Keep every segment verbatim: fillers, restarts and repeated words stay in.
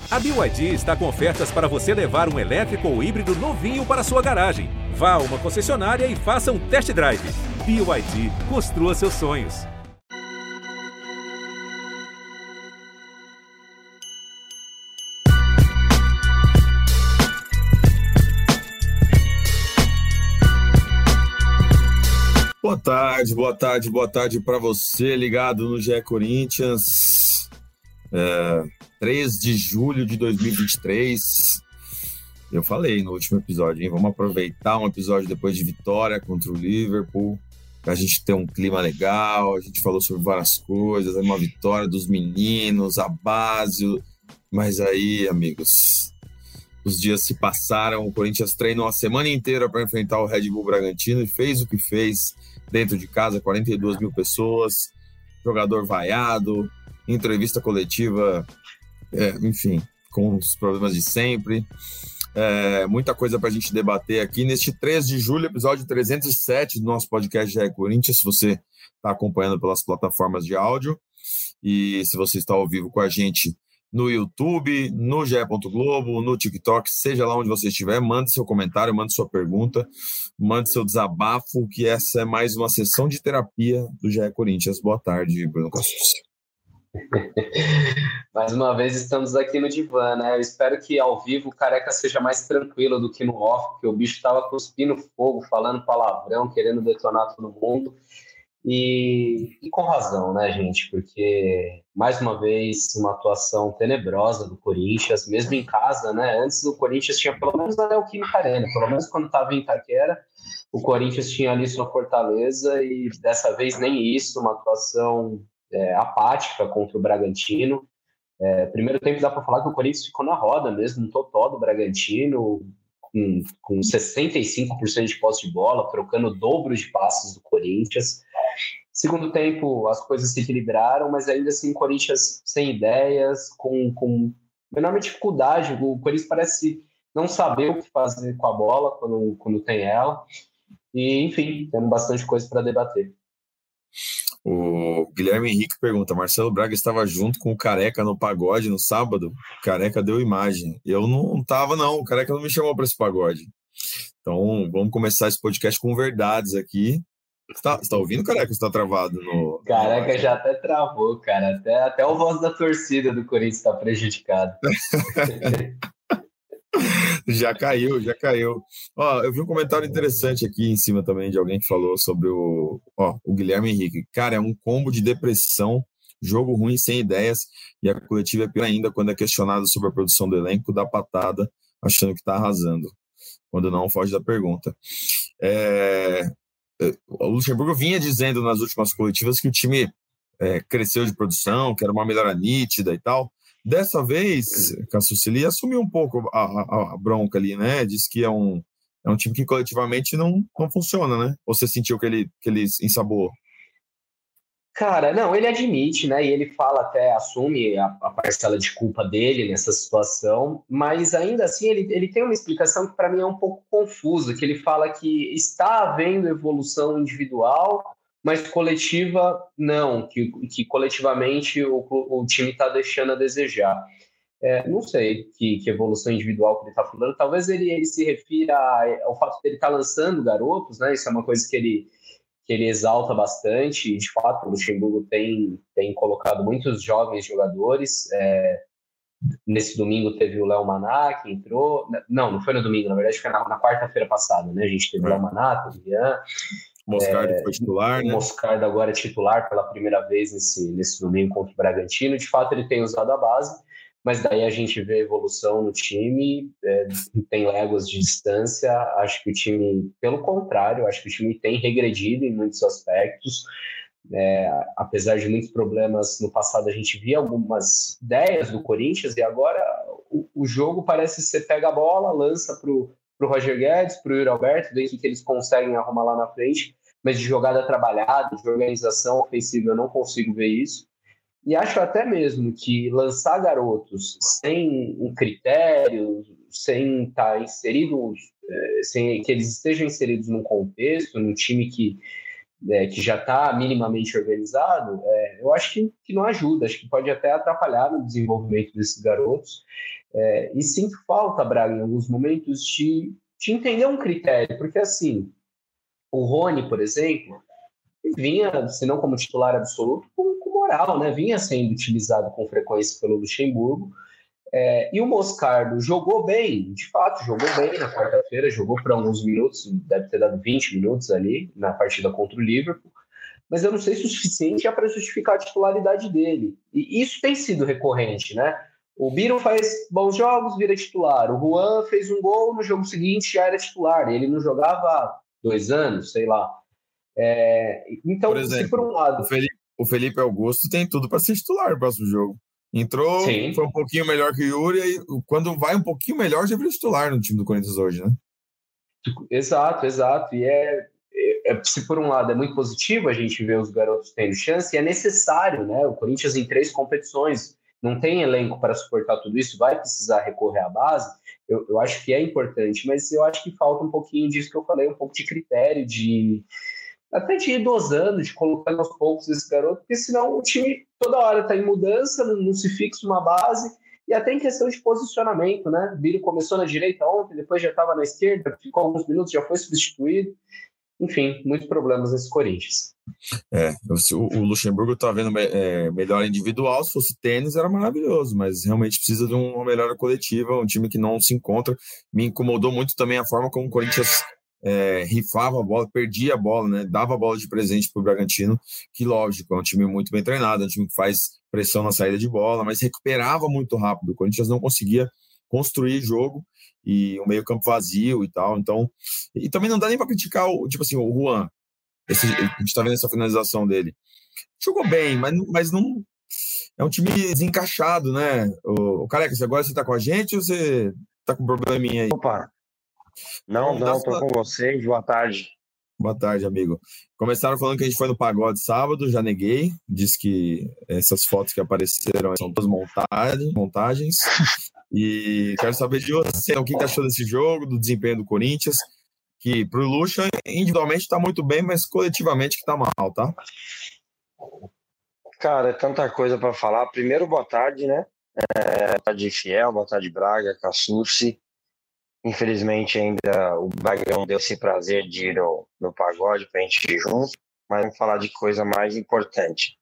A B Y D está com ofertas para você levar um elétrico ou híbrido novinho para sua garagem. Vá a uma concessionária e faça um test drive. B Y D, construa seus sonhos. Boa tarde, boa tarde, boa tarde para você ligado no G E Corinthians. É, três de julho de dois mil e vinte e três. Eu falei no último episódio, hein? Vamos aproveitar um episódio depois de vitória contra o Liverpool, pra gente ter um clima legal. A gente falou sobre várias coisas, uma vitória dos meninos, a base. Mas aí, amigos, os dias se passaram, o Corinthians treinou a semana inteira para enfrentar o Red Bull Bragantino e fez o que fez dentro de casa, quarenta e duas mil pessoas, jogador vaiado, entrevista coletiva, é, enfim, com os problemas de sempre. É, muita coisa para a gente debater aqui neste três de julho, episódio trezentos e sete do nosso podcast G E Corinthians, se você está acompanhando pelas plataformas de áudio e se você está ao vivo com a gente no YouTube, no G E Globo, no TikTok, seja lá onde você estiver, mande seu comentário, mande sua pergunta, mande seu desabafo, que essa é mais uma sessão de terapia do G E Corinthians. Boa tarde, Bruno Cassucci. Mais uma vez estamos aqui no divã, né? Eu espero que ao vivo o Careca seja mais tranquilo do que no off, porque o bicho estava cuspindo fogo, falando palavrão, querendo detonar todo mundo. E, e com razão, né, gente? Porque, mais uma vez, uma atuação tenebrosa do Corinthians, mesmo em casa, né? Antes o Corinthians tinha pelo menos a Neoquímica Arena, pelo menos quando estava em Itaquera, o Corinthians tinha ali sua fortaleza e dessa vez nem isso, uma atuação é, apática contra o Bragantino. É, primeiro tempo dá para falar que o Corinthians ficou na roda mesmo, no totó do Bragantino, com, com sessenta e cinco por cento de posse de bola, trocando o dobro de passes do Corinthians. Segundo tempo, as coisas se equilibraram, mas ainda assim, o Corinthians sem ideias, com, com enorme dificuldade. O Corinthians parece não saber o que fazer com a bola quando, quando tem ela. E, enfim, temos bastante coisa para debater. O Guilherme Henrique pergunta: Marcelo Braga estava junto com o Careca no pagode no sábado? O Careca deu imagem. Eu não estava, não. O Careca não me chamou para esse pagode. Então, vamos começar esse podcast com verdades aqui. Você tá, você tá ouvindo, Careca? Você tá travado no... Careca já até travou, cara. Até, até o voz da torcida do Corinthians tá prejudicado. Já caiu, já caiu. Ó, eu vi um comentário interessante aqui em cima também de alguém que falou sobre o... Ó, o Guilherme Henrique. Cara, é um combo de depressão, jogo ruim sem ideias, e a coletiva é pior ainda quando é questionado sobre a produção do elenco, dá patada, achando que tá arrasando. Quando não, foge da pergunta. É... O Luxemburgo vinha dizendo nas últimas coletivas que o time é, cresceu de produção, que era uma melhora nítida e tal. Dessa vez, Cassucci assumiu um pouco a, a, a bronca ali, né? Diz que é um, é um time que coletivamente não, não funciona, né? Ou você sentiu que ele, que ele ensabou? Cara, não, ele admite, né, e ele fala até, assume a, a parcela de culpa dele nessa situação, mas ainda assim ele, ele tem uma explicação que para mim é um pouco confusa, que ele fala que está havendo evolução individual, mas coletiva não, que, que coletivamente o, o time está deixando a desejar. É, não sei que, que evolução individual que ele está falando, talvez ele, ele se refira ao fato de ele estar tá lançando garotos, né, isso é uma coisa que ele... que ele exalta bastante, e de fato o Luxemburgo tem, tem colocado muitos jovens jogadores. É, nesse domingo teve o Léo Maná, que entrou, não, não foi no domingo, na verdade foi na, na quarta-feira passada, né? A gente teve o é. Léo Maná, teve o Ian, Moscardo é, foi titular, o né? Moscardo agora é titular pela primeira vez nesse, nesse domingo contra o Bragantino. De fato ele tem usado a base, mas daí a gente vê evolução no time, é, tem léguas de distância. Acho que o time, pelo contrário, acho que o time tem regredido em muitos aspectos. É, apesar de muitos problemas no passado, a gente via algumas ideias do Corinthians, e agora o, o jogo parece ser pega a bola, lança para o Roger Guedes, para o Yuri Alberto, desde que eles conseguem arrumar lá na frente, mas de jogada trabalhada, de organização ofensiva, eu não consigo ver isso. E acho até mesmo que lançar garotos sem um critério, sem estar inseridos, sem que eles estejam inseridos num contexto, num time que, é, que já está minimamente organizado, é, eu acho que, que não ajuda, acho que pode até atrapalhar no desenvolvimento desses garotos. É, e sinto falta, Braga, em alguns momentos, de, de entender um critério, porque assim, o Rony, por exemplo, vinha, se não como titular absoluto, com, com moral, né? Vinha sendo utilizado com frequência pelo Luxemburgo. É, e o Moscardo jogou bem, de fato, jogou bem na quarta-feira, jogou por alguns minutos, deve ter dado vinte minutos ali na partida contra o Liverpool, mas eu não sei se o suficiente é para justificar a titularidade dele. E isso tem sido recorrente, né? O Biro faz bons jogos, vira titular. O Juan fez um gol, no jogo seguinte já era titular. Ele não jogava há dois anos, sei lá. É, então, por exemplo, se por um lado... O Felipe, o Felipe Augusto tem tudo para ser titular no próximo jogo. Entrou, Sim. foi um pouquinho melhor que o Yuri, e quando vai um pouquinho melhor, já vira titular no time do Corinthians hoje, né? Exato, exato. E é, é, se por um lado é muito positivo a gente ver os garotos tendo chance, é necessário, né? O Corinthians em três competições não tem elenco para suportar tudo isso, vai precisar recorrer à base. Eu, eu acho que é importante, mas eu acho que falta um pouquinho disso que eu falei, um pouco de critério, de até de ir dosando, de colocando aos poucos esse garoto, porque senão o time toda hora está em mudança, não, não se fixa uma base, e até em questão de posicionamento, né? O Biro começou na direita ontem, depois já estava na esquerda, ficou alguns minutos, já foi substituído. Enfim, muitos problemas nesse Corinthians. É, o, o Luxemburgo está vendo é, melhora individual, se fosse tênis era maravilhoso, mas realmente precisa de uma melhora coletiva, um time que não se encontra. Me incomodou muito também a forma como o Corinthians É, rifava a bola, perdia a bola, né? Dava a bola de presente para o Bragantino, que lógico, é um time muito bem treinado, é um time que faz pressão na saída de bola, mas recuperava muito rápido. O Corinthians não conseguia construir jogo e o meio campo vazio e tal, então, e também não dá nem para criticar o, tipo assim, o Juan, esse, a gente tá vendo essa finalização dele, jogou bem, mas, mas não é um time desencaixado, né? O, o Careca, agora você tá com a gente ou você tá com um probleminha aí? Opa! Não, Bom, não, tô sua... com vocês. Boa tarde. Boa tarde, amigo. Começaram falando que a gente foi no pagode sábado, já neguei. Disse que essas fotos que apareceram são todas montagens. montagens. E quero saber de você, o que achou desse jogo, do desempenho do Corinthians, que pro Lucha, individualmente tá muito bem, mas coletivamente que tá mal, tá? Cara, é tanta coisa para falar. Primeiro, boa tarde, né? É, boa tarde, Fiel, boa tarde, Braga, Cassucci. Infelizmente ainda o Braga não deu esse prazer de ir no, no pagode pra gente ir junto, mas vamos falar de coisa mais importante.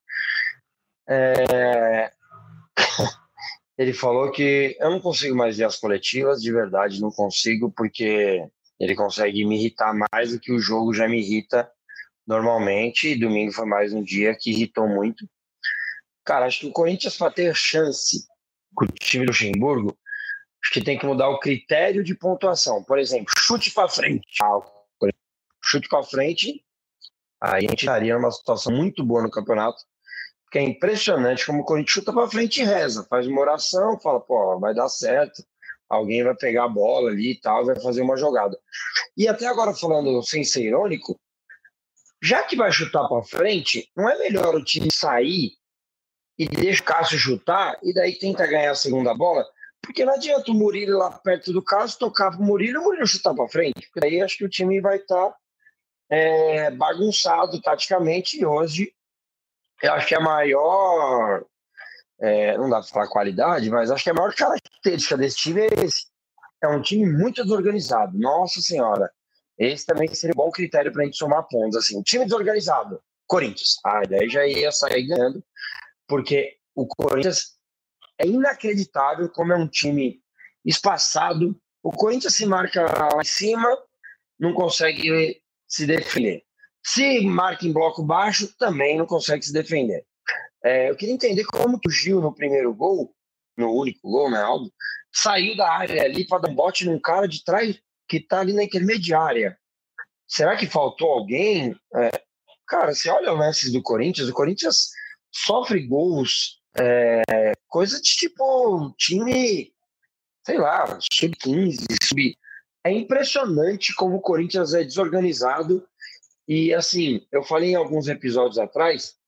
É... Ele falou que eu não consigo mais ver as coletivas, de verdade não consigo, porque ele consegue me irritar mais do que o jogo já me irrita normalmente, e domingo foi mais um dia que irritou muito. Cara, acho que o Corinthians, para ter chance com o time do Luxemburgo, acho que tem que mudar o critério de pontuação. Por exemplo, chute para frente. Chute para frente, aí a gente estaria numa situação muito boa no campeonato, porque é impressionante como o Corinthians chuta para frente e reza. Faz uma oração, fala, pô, vai dar certo, alguém vai pegar a bola ali e tal, vai fazer uma jogada. E até agora, falando sem ser irônico, já que vai chutar para frente, não é melhor o time sair e deixar o Cássio chutar e daí tenta ganhar a segunda bola? Porque não adianta o Murilo lá perto do Cássio tocar pro Murilo e o Murilo chutar para frente. Porque aí acho que o time vai estar tá, é, bagunçado taticamente. E hoje eu acho que a maior, é, não dá para falar qualidade, mas acho que a maior característica desse time é esse. É um time muito desorganizado. Nossa Senhora. Esse também seria um bom critério para a gente somar pontos. Assim, time desorganizado, Corinthians. Ah, daí já ia sair ganhando. Porque o Corinthians é inacreditável como é um time espaçado. O Corinthians se marca lá em cima, não consegue se defender. Se marca em bloco baixo, também não consegue se defender. É, eu queria entender como que o Gil, no primeiro gol, no único gol, né, Aldo, saiu da área ali para dar um bote num cara de trás que está ali na intermediária. Será que faltou alguém? É, cara, você olha os lances do Corinthians, o Corinthians sofre gols, é, coisa de tipo time, sei lá, sub quinze, sub... É impressionante como o Corinthians é desorganizado. E assim, eu falei em alguns episódios atrás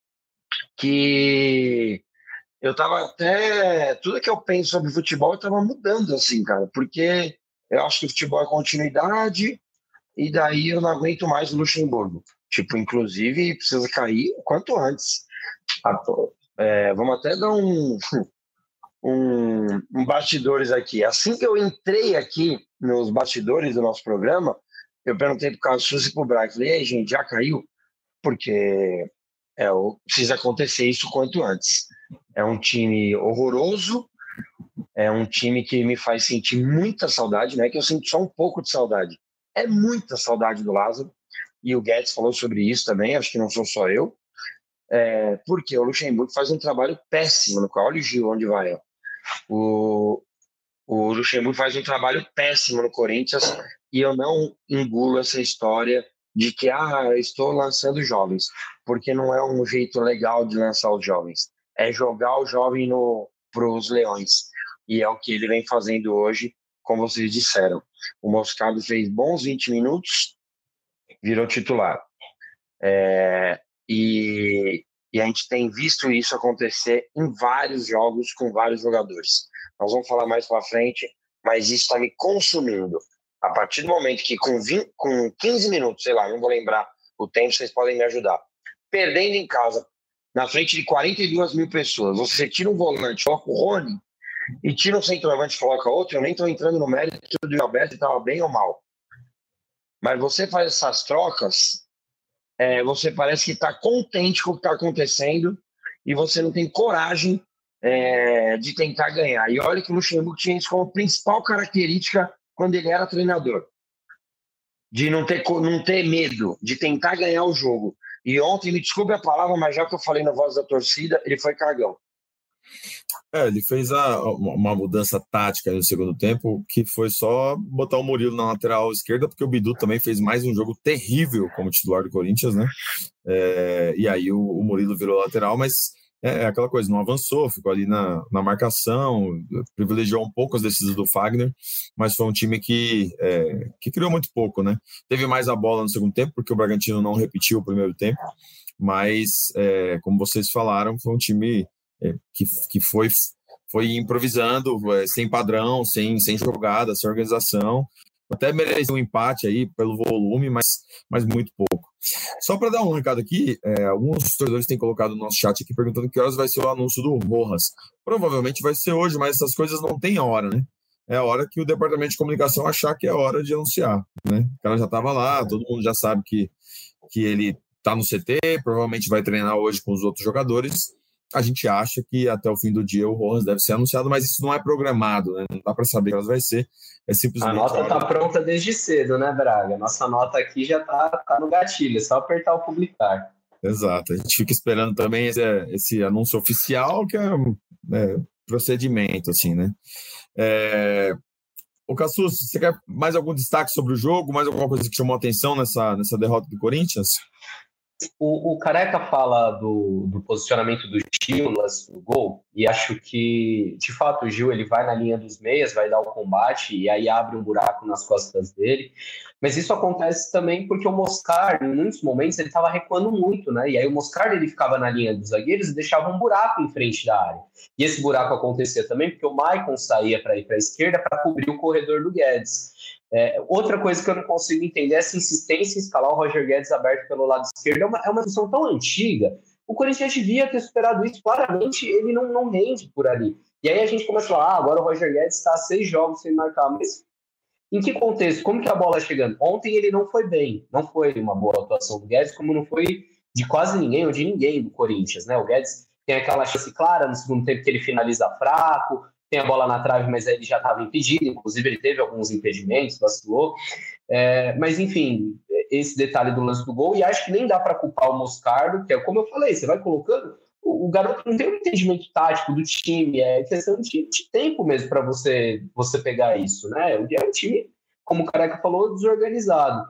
que eu tava até... Tudo que eu penso sobre futebol eu tava mudando, assim, cara, porque eu acho que o futebol é continuidade e daí eu não aguento mais o Luxemburgo. Tipo, inclusive, precisa cair o quanto antes. É, vamos até dar um, um, um bastidores aqui. Assim que eu entrei aqui nos bastidores do nosso programa, eu perguntei pro Carlos Souza e pro Braga, falei, ei, gente, já caiu? Porque é, precisa acontecer isso quanto antes. É um time horroroso, é um time que me faz sentir muita saudade, não é que eu sinto só um pouco de saudade, é muita saudade do Lázaro, e o Guedes falou sobre isso também, acho que não sou só eu, é, porque o Luxemburgo faz um trabalho péssimo, no qual, olha o Gil onde vai, ó. O, o Luxemburgo faz um trabalho péssimo no Corinthians, e eu não engulo essa história de que, ah, estou lançando jovens, porque não é um jeito legal de lançar os jovens, é jogar o jovem para os leões, e é o que ele vem fazendo hoje, como vocês disseram. O Moscardo fez bons vinte minutos, virou titular. É, e, e a gente tem visto isso acontecer em vários jogos com vários jogadores. Nós vamos falar mais para frente, mas isso está me consumindo. A partir do momento que com, vinte, com quinze minutos, sei lá, não vou lembrar o tempo, vocês podem me ajudar. Perdendo em casa, na frente de quarenta e duas mil pessoas, você tira um volante, coloca o Rony, e tira um centroavante e coloca outro, eu nem estou entrando no mérito do Alberto, estava bem ou mal. Mas você faz essas trocas, é, você parece que está contente com o que está acontecendo e você não tem coragem é, de tentar ganhar. E olha que o Luxemburgo tinha isso como principal característica quando ele era treinador, de não ter, não ter medo, de tentar ganhar o jogo. E ontem, me desculpe a palavra, mas já que eu falei na voz da torcida, ele foi cagão. É, ele fez a, uma mudança tática no segundo tempo, que foi só botar o Murilo na lateral esquerda, porque o Bidu também fez mais um jogo terrível como titular do Corinthians, né? É, e aí o, o Murilo virou lateral, mas é, é aquela coisa, não avançou, ficou ali na, na marcação, privilegiou um pouco as decisões do Fagner, mas foi um time que, é, que criou muito pouco, né? Teve mais a bola no segundo tempo, porque o Bragantino não repetiu o primeiro tempo, mas, é, como vocês falaram, foi um time... É, que, que foi, foi improvisando, é, sem padrão, sem, sem jogada, sem organização. Até mereceu um empate aí pelo volume, mas, mas muito pouco. Só para dar um recado aqui, é, alguns torcedores têm colocado no nosso chat aqui perguntando que horas vai ser o anúncio do Rojas. Provavelmente vai ser hoje, mas essas coisas não têm hora, né? É a hora que o departamento de comunicação achar que é hora de anunciar, né? O cara já estava lá, todo mundo já sabe que, que ele está no C T, provavelmente vai treinar hoje com os outros jogadores. A gente acha que até o fim do dia o Rojas deve ser anunciado, mas isso não é programado, né? Não dá para saber que elas vai ser. É simplesmente. A nota está pronta desde cedo, né, Braga? Nossa nota aqui já está tá no gatilho, é só apertar o publicar. Exato. A gente fica esperando também esse, esse anúncio oficial, que é, é procedimento, assim, né? É... Ô, Cassus, você quer mais algum destaque sobre o jogo? Mais alguma coisa que chamou a atenção nessa, nessa derrota do Corinthians? O, o Careca fala do, do posicionamento do Gil no lance do gol, e acho que, de fato, o Gil ele vai na linha dos meias, vai dar o combate, e aí abre um buraco nas costas dele. Mas isso acontece também porque o Moscardo, em muitos momentos, ele estava recuando muito, né? E aí o Moscardo ele ficava na linha dos zagueiros e deixava um buraco em frente da área. E esse buraco acontecia também porque o Maicon saía para ir para a esquerda para cobrir o corredor do Guedes. É, outra coisa que eu não consigo entender é essa insistência em escalar o Roger Guedes aberto pelo lado esquerdo. É uma, é uma discussão tão antiga. O Corinthians devia ter superado isso. Claramente ele não, não rende por ali. E aí a gente começa a falar, ah, agora o Roger Guedes está a seis jogos sem marcar. Mas em que contexto? Como que a bola está chegando? Ontem ele não foi bem. Não foi uma boa atuação do Guedes, como não foi de quase ninguém ou de ninguém do Corinthians, né? O Guedes tem aquela chance clara no segundo tempo que ele finaliza fraco, tem a bola na trave, mas ele já estava impedido, inclusive ele teve alguns impedimentos, vacilou. É, mas, enfim, esse detalhe do lance do gol, e acho que nem dá para culpar o Moscardo, que é como eu falei, você vai colocando, o, o garoto não tem um entendimento tático do time, é questão de, de tempo mesmo para você, você pegar isso, né? É um time, como o Careca falou, desorganizado.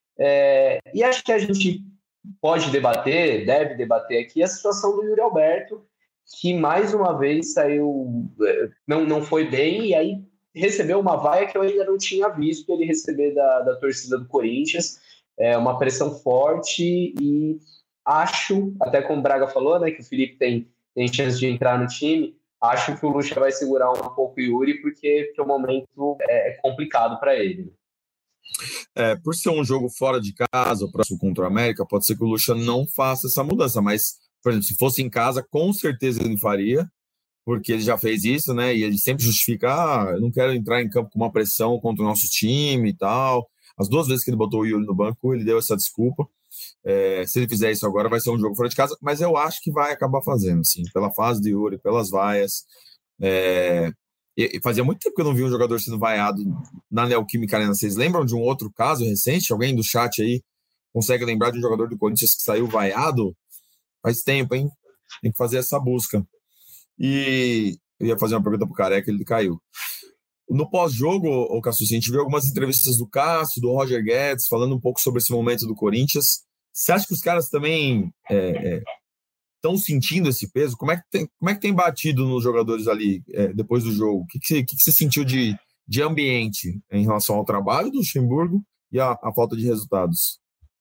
É, e acho que a gente pode debater, deve debater aqui, a situação do Yuri Alberto, que mais uma vez saiu, não, não foi bem, e aí recebeu uma vaia que eu ainda não tinha visto ele receber da, da torcida do Corinthians, é uma pressão forte, e acho, até como o Braga falou, né, que o Felipe tem, tem chance de entrar no time, acho que o Lucha vai segurar um pouco o Yuri, porque, porque o momento é complicado para ele. É, por ser um jogo fora de casa, o próximo contra o América, pode ser que o Lucha não faça essa mudança, mas, por exemplo, se fosse em casa, com certeza ele faria, porque ele já fez isso, né? E ele sempre justifica, ah, eu não quero entrar em campo com uma pressão contra o nosso time e tal. As duas vezes que ele botou o Yuri no banco, ele deu essa desculpa. É, se ele fizer isso agora, vai ser um jogo fora de casa, mas eu acho que vai acabar fazendo, sim, pela fase de Yuri, pelas vaias. É, e, e fazia muito tempo que eu não vi um jogador sendo vaiado na Neoquímica Arena. Vocês lembram de um outro caso recente? Alguém do chat aí consegue lembrar de um jogador do Corinthians que saiu vaiado? Faz tempo, hein? Tem que fazer essa busca. E eu ia fazer uma pergunta pro Careca, ele caiu. No pós-jogo, o Cássio, a gente viu algumas entrevistas do Cássio, do Roger Guedes, falando um pouco sobre esse momento do Corinthians. Você acha que os caras também estão é, é, sentindo esse peso? Como é que tem, como é que tem batido nos jogadores ali é, depois do jogo? O que, que, você, que, que você sentiu de, de ambiente em relação ao trabalho do Luxemburgo e a, a falta de resultados?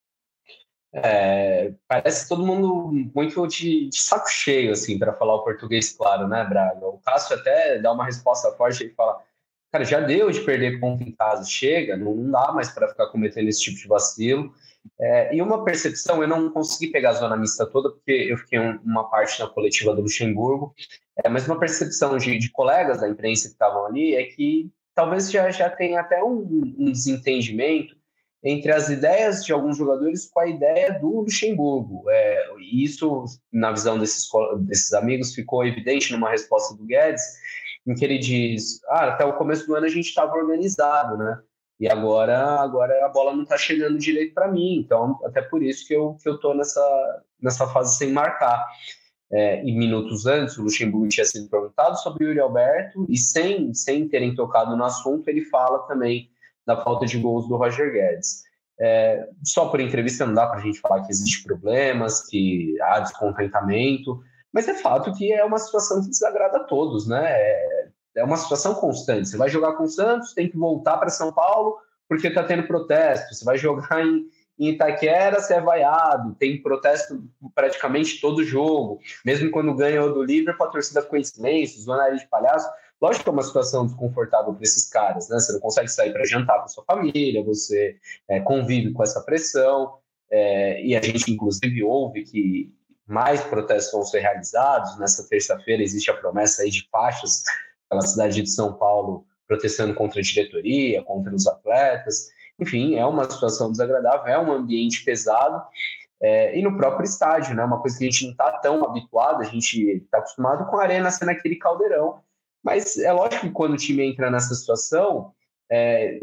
É, parece todo mundo muito de, de saco cheio, assim, para falar o português claro, né, Braga? O Cássio até dá uma resposta forte e fala: cara, já deu de perder ponto em casa, chega, não, não dá mais para ficar cometendo esse tipo de vacilo. É, e uma percepção, eu não consegui pegar a zona mista toda, porque eu fiquei um, uma parte na coletiva do Luxemburgo, é, mas uma percepção de, de colegas da imprensa que estavam ali é que talvez já, já tenha até um, um desentendimento entre as ideias de alguns jogadores com a ideia do Luxemburgo. É, e isso, na visão desses, desses amigos, ficou evidente numa resposta do Guedes, em que ele diz: ah, até o começo do ano a gente estava organizado, né? E agora, agora a bola não está chegando direito para mim, então até por isso que eu que eu estou nessa, nessa fase sem marcar. É, e minutos antes, o Luxemburgo tinha sido perguntado sobre o Yuri Alberto, e sem, sem terem tocado no assunto, ele fala também da falta de gols do Roger Guedes. É, só por entrevista não dá para a gente falar que existem problemas, que há descontentamento, mas é fato que é uma situação que desagrada a todos, né? É, é uma situação constante. Você vai jogar com o Santos, tem que voltar para São Paulo porque está tendo protesto. Você vai jogar em, em Itaquera, você é vaiado. Tem protesto praticamente todo jogo. Mesmo quando ganha o do Liverpool, a torcida ficou em silêncio, zonaria de palhaço. Lógico que é uma situação desconfortável para esses caras, né? Você não consegue sair para jantar com a sua família, você é, convive com essa pressão. É, e a gente, inclusive, ouve que mais protestos vão ser realizados. Nessa terça-feira existe a promessa aí de faixas pela cidade de São Paulo protestando contra a diretoria, contra os atletas. Enfim, é uma situação desagradável, é um ambiente pesado. É, e no próprio estádio, né? Uma coisa que a gente não está tão habituado, a gente está acostumado com a arena sendo aquele caldeirão. Mas é lógico que quando o time entra nessa situação, é,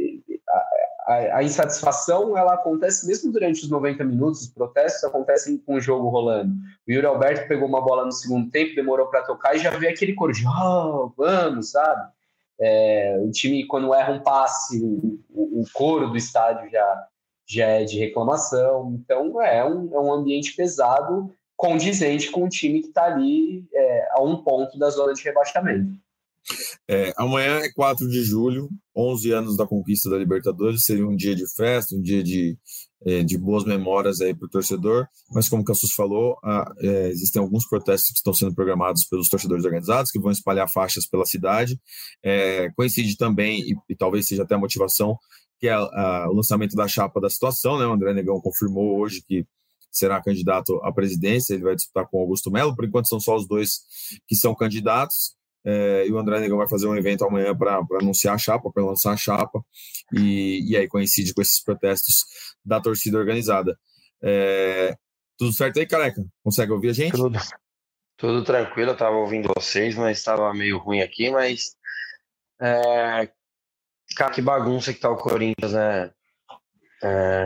a, a, a insatisfação ela acontece mesmo durante os noventa minutos, os protestos acontecem com o jogo rolando. O Yuri Alberto pegou uma bola no segundo tempo, demorou para tocar e já veio aquele coro de oh, vamos, sabe? É, o time, quando erra um passe, o, o, o coro do estádio já, já é de reclamação. Então é um, é um ambiente pesado, condizente com o time que está ali é, a um ponto da zona de rebaixamento. É, amanhã é quatro de julho, onze anos da conquista da Libertadores, seria um dia de festa, um dia de, é, de boas memórias aí para o torcedor, mas como o Cassus falou, a, é, existem alguns protestos que estão sendo programados pelos torcedores organizados, que vão espalhar faixas pela cidade. É, coincide também, e, e talvez seja até a motivação, que é a, a, o lançamento da chapa da situação, né? O André Negão confirmou hoje que será candidato à presidência, ele vai disputar com o Augusto Melo, por enquanto são só os dois que são candidatos. É, e o André Negão vai fazer um evento amanhã para anunciar a chapa, para lançar a chapa, e, e aí coincide com esses protestos da torcida organizada. É, tudo certo aí, Careca? Consegue ouvir a gente? Tudo, tudo tranquilo, eu estava ouvindo vocês, mas estava meio ruim aqui, mas é, cara, que bagunça que tá o Corinthians, né? É,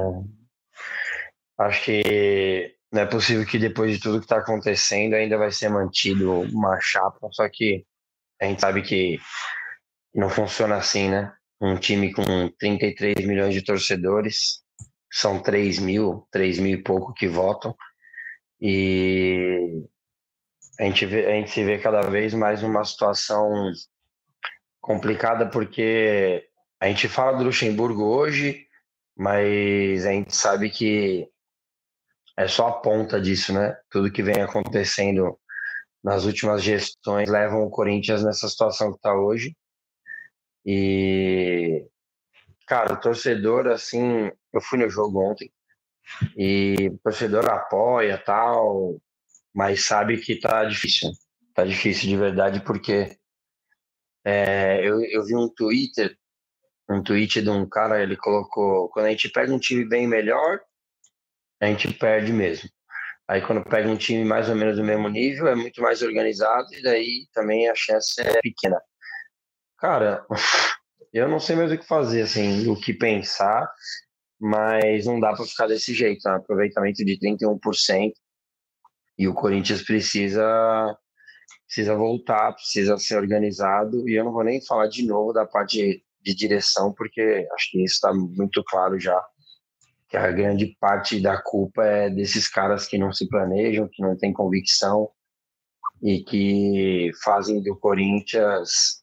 acho que não é possível que depois de tudo que está acontecendo ainda vai ser mantido uma chapa, só que a gente sabe que não funciona assim, né? Um time com trinta e três milhões de torcedores, são três mil, três mil e pouco que votam, e a gente, vê, a gente se vê cada vez mais numa situação complicada, porque a gente fala do Luxemburgo hoje, mas a gente sabe que é só a ponta disso, né? Tudo que vem acontecendo nas últimas gestões levam o Corinthians nessa situação que está hoje. E Cara, o torcedor, assim, eu fui no jogo ontem e o torcedor apoia tal, mas sabe que tá difícil. Tá difícil de verdade porque é, eu, eu vi um Twitter, um tweet de um cara, ele colocou: quando a gente pega um time bem melhor, a gente perde mesmo. Aí quando pega um time mais ou menos do mesmo nível, é muito mais organizado e daí também a chance é pequena. Cara, eu não sei mais o que fazer, assim, o que pensar, mas não dá para ficar desse jeito, né? Aproveitamento de trinta e um por cento e o Corinthians precisa precisa voltar, precisa ser organizado, e eu não vou nem falar de novo da parte de direção, porque acho que isso está muito claro já, que a grande parte da culpa é desses caras que não se planejam, que não têm convicção e que fazem do Corinthians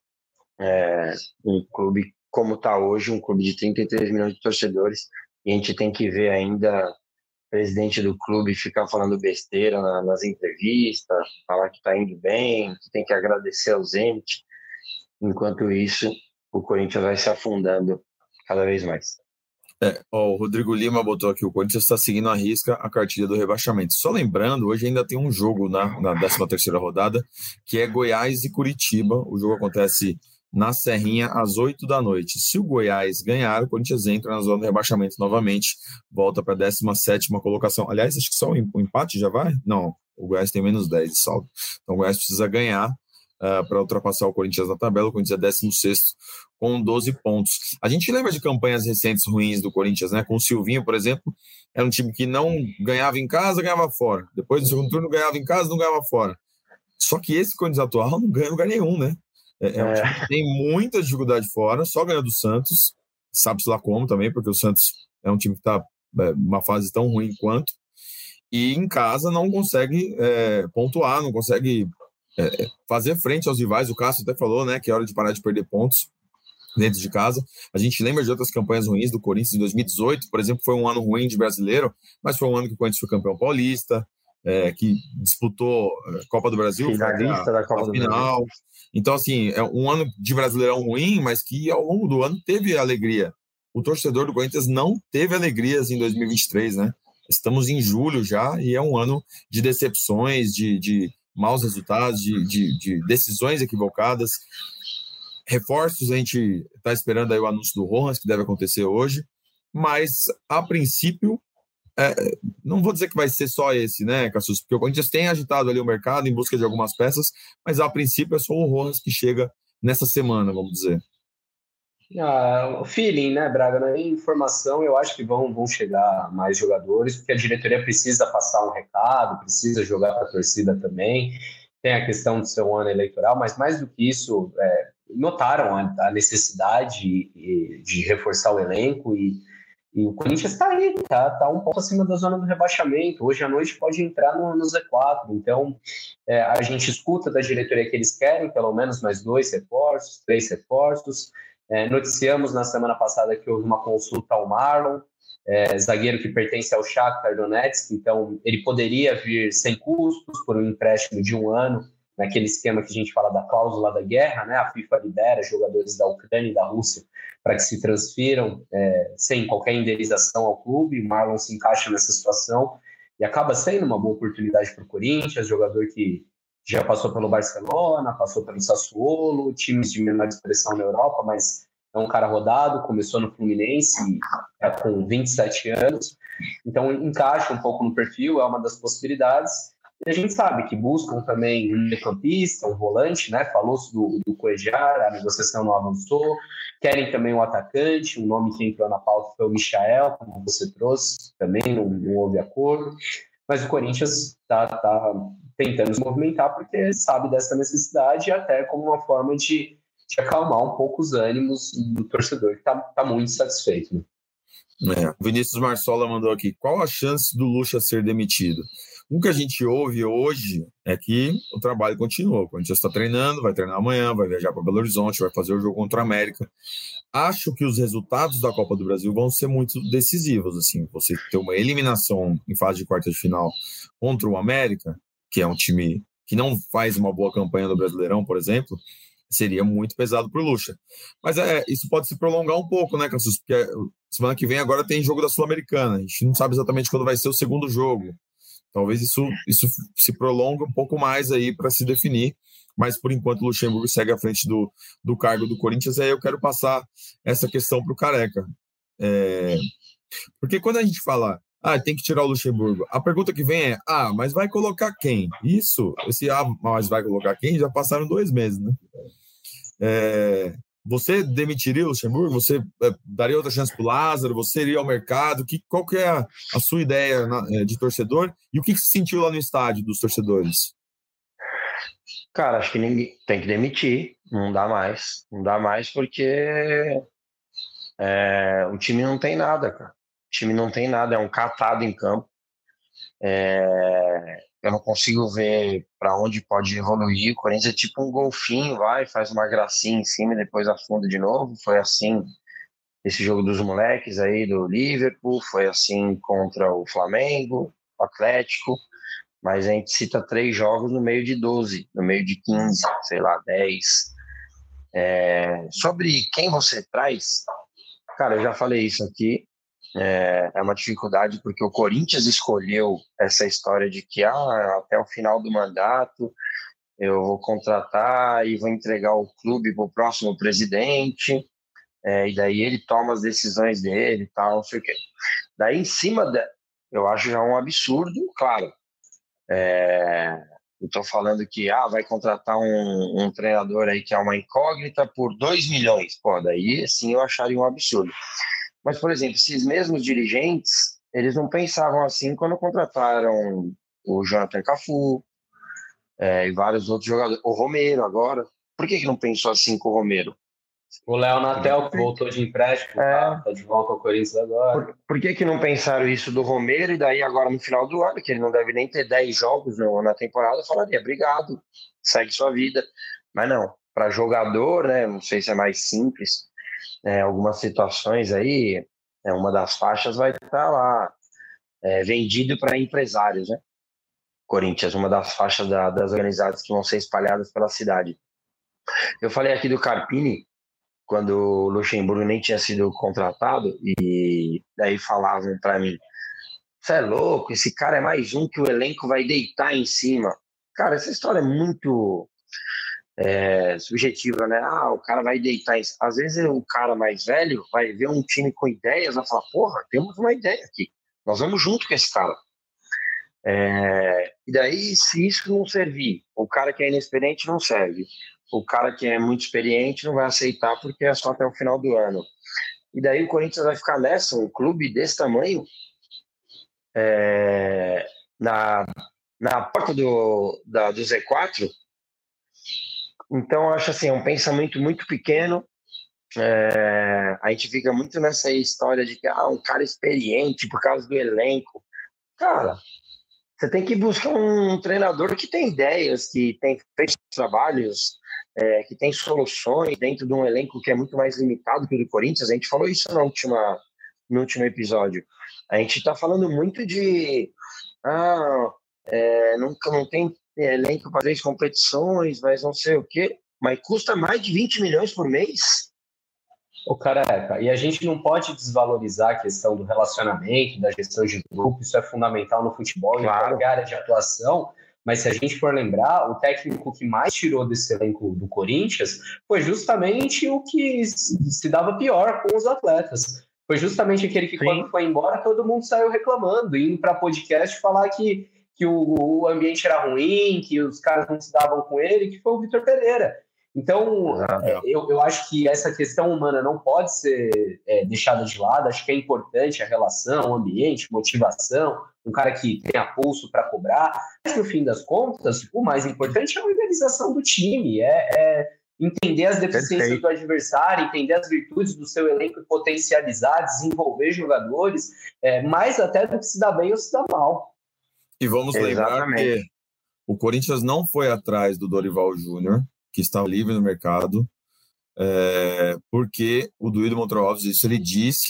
é, um clube como está hoje, um clube de trinta e três milhões de torcedores, e a gente tem que ver ainda o presidente do clube ficar falando besteira na, nas entrevistas, falar que está indo bem, que tem que agradecer ao Zenit. Enquanto isso, o Corinthians vai se afundando cada vez mais. É, ó, o Rodrigo Lima botou aqui: o Corinthians está seguindo à risca a cartilha do rebaixamento. Só lembrando, hoje ainda tem um jogo na, na décima terceira rodada, que é Goiás e Curitiba. O jogo acontece na Serrinha às oito da noite. Se o Goiás ganhar, o Corinthians entra na zona do rebaixamento novamente, volta para a décima sétima colocação. Aliás, acho que só o empate já vai? Não, o Goiás tem menos dez de saldo. Então o Goiás precisa ganhar uh, para ultrapassar o Corinthians na tabela. O Corinthians é décimo sexto com doze pontos. A gente lembra de campanhas recentes ruins do Corinthians, né? Com o Silvinho, por exemplo, era um time que não ganhava em casa, ganhava fora. Depois do segundo turno, ganhava em casa, não ganhava fora. Só que esse Corinthians atual não ganha lugar nenhum, né? É, é um time que tem muita dificuldade fora, só ganha do Santos, sabe-se lá como também, porque o Santos é um time que está numa fase tão ruim quanto, e em casa não consegue é, pontuar, não consegue é, fazer frente aos rivais. O Cássio até falou, né, que é hora de parar de perder pontos dentro de casa. A gente lembra de outras campanhas ruins do Corinthians em dois mil e dezoito, por exemplo, foi um ano ruim de brasileiro, mas foi um ano que o Corinthians foi campeão paulista, é, que disputou a Copa do Brasil, finalista da Copa do final. Brasil. Então, assim, é um ano de Brasileirão ruim, mas que ao longo do ano teve alegria. O torcedor do Corinthians não teve alegrias em dois mil e vinte e três, né? Estamos em julho já e é um ano de decepções, de, de maus resultados, de, de, de decisões equivocadas. Reforços, a gente está esperando aí o anúncio do Rojas, que deve acontecer hoje, mas, a princípio, é, não vou dizer que vai ser só esse, né, Cassus? Porque o Corinthians tem agitado ali o mercado em busca de algumas peças, mas a princípio é só o Rojas que chega nessa semana, vamos dizer. Ah, o feeling, né, Braga? Não é informação. Eu acho que vão, vão chegar mais jogadores, porque a diretoria precisa passar um recado, precisa jogar para a torcida também. Tem a questão do seu ano eleitoral, mas mais do que isso, é, notaram a, a necessidade de, de reforçar o elenco e E o Corinthians está aí, tá, tá um pouco acima da zona do rebaixamento. Hoje à noite pode entrar no, no Z quatro. Então, é, a gente escuta da diretoria que eles querem pelo menos mais dois reforços, três reforços. É, noticiamos na semana passada que houve uma consulta ao Marlon, é, zagueiro que pertence ao Shakhtar Donetsk. Então, ele poderia vir sem custos por um empréstimo de um ano, naquele esquema que a gente fala da cláusula da guerra, né? A FIFA libera jogadores da Ucrânia e da Rússia para que se transfiram é, sem qualquer indenização ao clube. O Marlon se encaixa nessa situação e acaba sendo uma boa oportunidade para o Corinthians, jogador que já passou pelo Barcelona, passou pelo Sassuolo, times de menor expressão na Europa, mas é um cara rodado, começou no Fluminense, é com vinte e sete anos, então encaixa um pouco no perfil, é uma das possibilidades. E a gente sabe que buscam também um meio-campista, um volante, né? Falou-se do, do Cuejar, a negociação não avançou. Querem também um atacante, um nome que entrou na pauta foi o Michael, como você trouxe, também não, não houve acordo. Mas o Corinthians está tá tentando se movimentar porque sabe dessa necessidade e até como uma forma de, de acalmar um pouco os ânimos do torcedor, que está tá muito satisfeito. Né? É, o Vinícius Marsola mandou aqui: qual a chance do Lucha ser demitido? O que a gente ouve hoje é que o trabalho continua. O Corinthians está treinando, vai treinar amanhã, vai viajar para Belo Horizonte, vai fazer o jogo contra a América. Acho que os resultados da Copa do Brasil vão ser muito decisivos. Assim, você ter uma eliminação em fase de quarta de final contra o América, que é um time que não faz uma boa campanha no Brasileirão, por exemplo, seria muito pesado para o Lucha. Mas é, isso pode se prolongar um pouco, né, Cassius? Porque semana que vem agora tem jogo da Sul-Americana. A gente não sabe exatamente quando vai ser o segundo jogo. Talvez isso, isso se prolongue um pouco mais aí para se definir. Mas, por enquanto, o Luxemburgo segue à frente do, do cargo do Corinthians. Aí eu quero passar essa questão para o Careca. É, porque quando a gente fala, ah, tem que tirar o Luxemburgo, a pergunta que vem é, ah, mas vai colocar quem? Isso, esse ah, mas vai colocar quem? Já passaram dois meses, né? É, você demitiria o Luxemburgo? Você é, daria outra chance para o Lázaro? Você iria ao mercado? Que, qual que é a, a sua ideia na, é, de torcedor? E o que, que você sentiu lá no estádio dos torcedores? Cara, acho que ninguém tem que demitir, não dá mais, não dá mais porque é, o time não tem nada, cara. O time não tem nada, é um catado em campo. É, eu não consigo ver para onde pode evoluir. O Corinthians é tipo um golfinho, vai, faz uma gracinha em cima e depois afunda de novo. Foi assim esse jogo dos moleques aí do Liverpool, foi assim contra o Flamengo, o Atlético. Mas a gente cita três jogos no meio de doze, no meio de quinze, sei lá, dez. É, sobre quem você traz, cara, eu já falei isso aqui, é, é uma dificuldade porque o Corinthians escolheu essa história de que ah, até o final do mandato eu vou contratar e vou entregar o clube para o próximo presidente, é, e daí ele toma as decisões dele e tal, não sei o quê. Daí em cima, de, eu acho já um absurdo, claro. É, eu estou falando que ah, vai contratar um, um treinador aí que é uma incógnita por dois milhões. Pô, daí sim eu acharia um absurdo. Mas, por exemplo, esses mesmos dirigentes, eles não pensavam assim quando contrataram o Jonathan Cafu é, e vários outros jogadores. O Romero agora. Por que, que não pensou assim com o Romero? O Léo Natel, que voltou de empréstimo, é. tá, tá de volta ao Corinthians agora. Por, por que que não pensaram isso do Romero e daí agora no final do ano, que ele não deve nem ter dez jogos no, na temporada, falaria, obrigado, segue sua vida. Mas não, para jogador, né, não sei se é mais simples, é, algumas situações aí, é, uma das faixas vai estar lá, é, vendido para empresários, né? Corinthians, uma das faixas da, das organizadas que vão ser espalhadas pela cidade. Eu falei aqui do Carpini, quando o Luxemburgo nem tinha sido contratado, e daí falavam para mim, você é louco, esse cara é mais um que o elenco vai deitar em cima. Cara, essa história é muito é, subjetiva, né? Ah, o cara vai deitar em cima. Às vezes o cara mais velho vai ver um time com ideias, vai falar, porra, temos uma ideia aqui, nós vamos junto com esse cara. É, e daí, se isso não servir, o cara que é inexperiente não serve. O cara que é muito experiente não vai aceitar porque é só até o final do ano. E daí o Corinthians vai ficar nessa, um clube desse tamanho, é, na, na porta do, da, do Z quatro. Então, eu acho assim, é um pensamento muito pequeno. É, a gente fica muito nessa história de que ah, um cara experiente por causa do elenco. Cara, você tem que buscar um treinador que tem ideias, que tem feito trabalhos, é, que tem soluções dentro de um elenco que é muito mais limitado que o do Corinthians. A gente falou isso na última, no último episódio. A gente está falando muito de ah, é, não, não tem elenco para três competições, mas não sei o quê, mas custa mais de vinte milhões por mês. Ô, Careca, e a gente não pode desvalorizar a questão do relacionamento, da gestão de grupo, isso é fundamental no futebol, claro, em qualquer área de atuação, mas se a gente for lembrar, o técnico que mais tirou desse elenco do Corinthians foi justamente o que se dava pior com os atletas. Foi justamente aquele que, Sim. quando foi embora, todo mundo saiu reclamando, indo para podcast falar que, que o, o ambiente era ruim, que os caras não se davam com ele, que foi o Vitor Pereira. Então, é, eu, eu acho que essa questão humana não pode ser é, deixada de lado. Acho que é importante a relação, o ambiente, motivação, um cara que tenha pulso para cobrar. Mas, no fim das contas, o mais importante é a organização do time, é, é entender as deficiências Perfeito. do adversário, entender as virtudes do seu elenco e potencializar, desenvolver jogadores, é, mais até do que se dá bem ou se dá mal. E vamos Exatamente. lembrar que o Corinthians não foi atrás do Dorival Júnior, que está livre no mercado, é, porque o Duílio Monteiro Alves, isso ele disse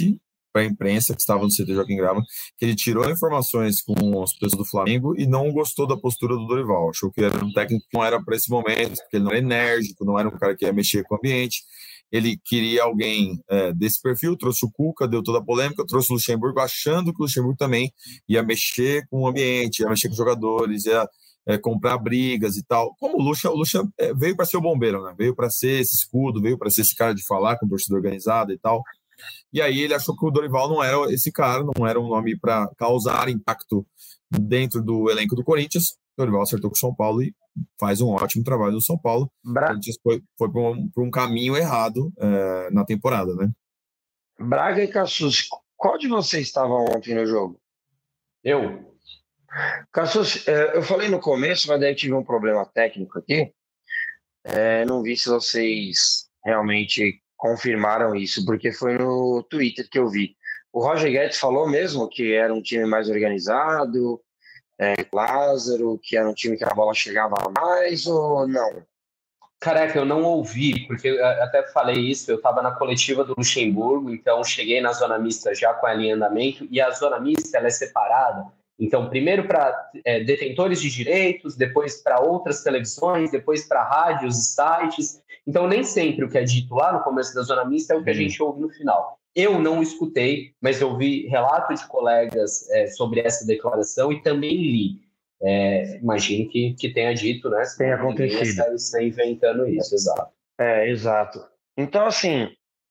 para a imprensa que estava no C T Joaquim Grava, que ele tirou informações com as pessoas do Flamengo e não gostou da postura do Dorival. Achou que era um técnico que não era para esse momento, porque ele não era enérgico, não era um cara que ia mexer com o ambiente. Ele queria alguém é, desse perfil, trouxe o Cuca, deu toda a polêmica, trouxe o Luxemburgo, achando que o Luxemburgo também ia mexer com o ambiente, ia mexer com os jogadores, ia é, comprar brigas e tal. Como o Luxa, o Luxa é, veio para ser o bombeiro, né? Veio para ser esse escudo, veio para ser esse cara de falar com torcida organizada e tal. E aí ele achou que o Dorival não era esse cara, não era um nome para causar impacto dentro do elenco do Corinthians. O Dorival acertou com o São Paulo e faz um ótimo trabalho no São Paulo. Bra... O Corinthians foi, foi para um, um caminho errado é, na temporada, né? Braga e Cassus, qual de vocês estava ontem no jogo? Eu. Cassus, eu falei no começo, mas daí tive um problema técnico aqui. É, não vi se vocês realmente confirmaram isso, porque foi no Twitter que eu vi. O Roger Guedes falou mesmo que era um time mais organizado, é, Lázaro, que era um time que a bola chegava mais, ou não? Careca, eu não ouvi, porque eu até falei isso, eu estava na coletiva do Luxemburgo, então cheguei na zona mista já com a linha em andamento, e a zona mista ela é separada. Então, primeiro para é, detentores de direitos, depois para outras televisões, depois para rádios e sites. Então, nem sempre o que é dito lá no começo da zona mista é o que a gente ouve no final. Eu não escutei, mas eu vi relato de colegas é, sobre essa declaração e também li. É, imagino que, que tenha dito, né? Se tem acontecido. Está inventando isso, exato. É, exato. Então, assim,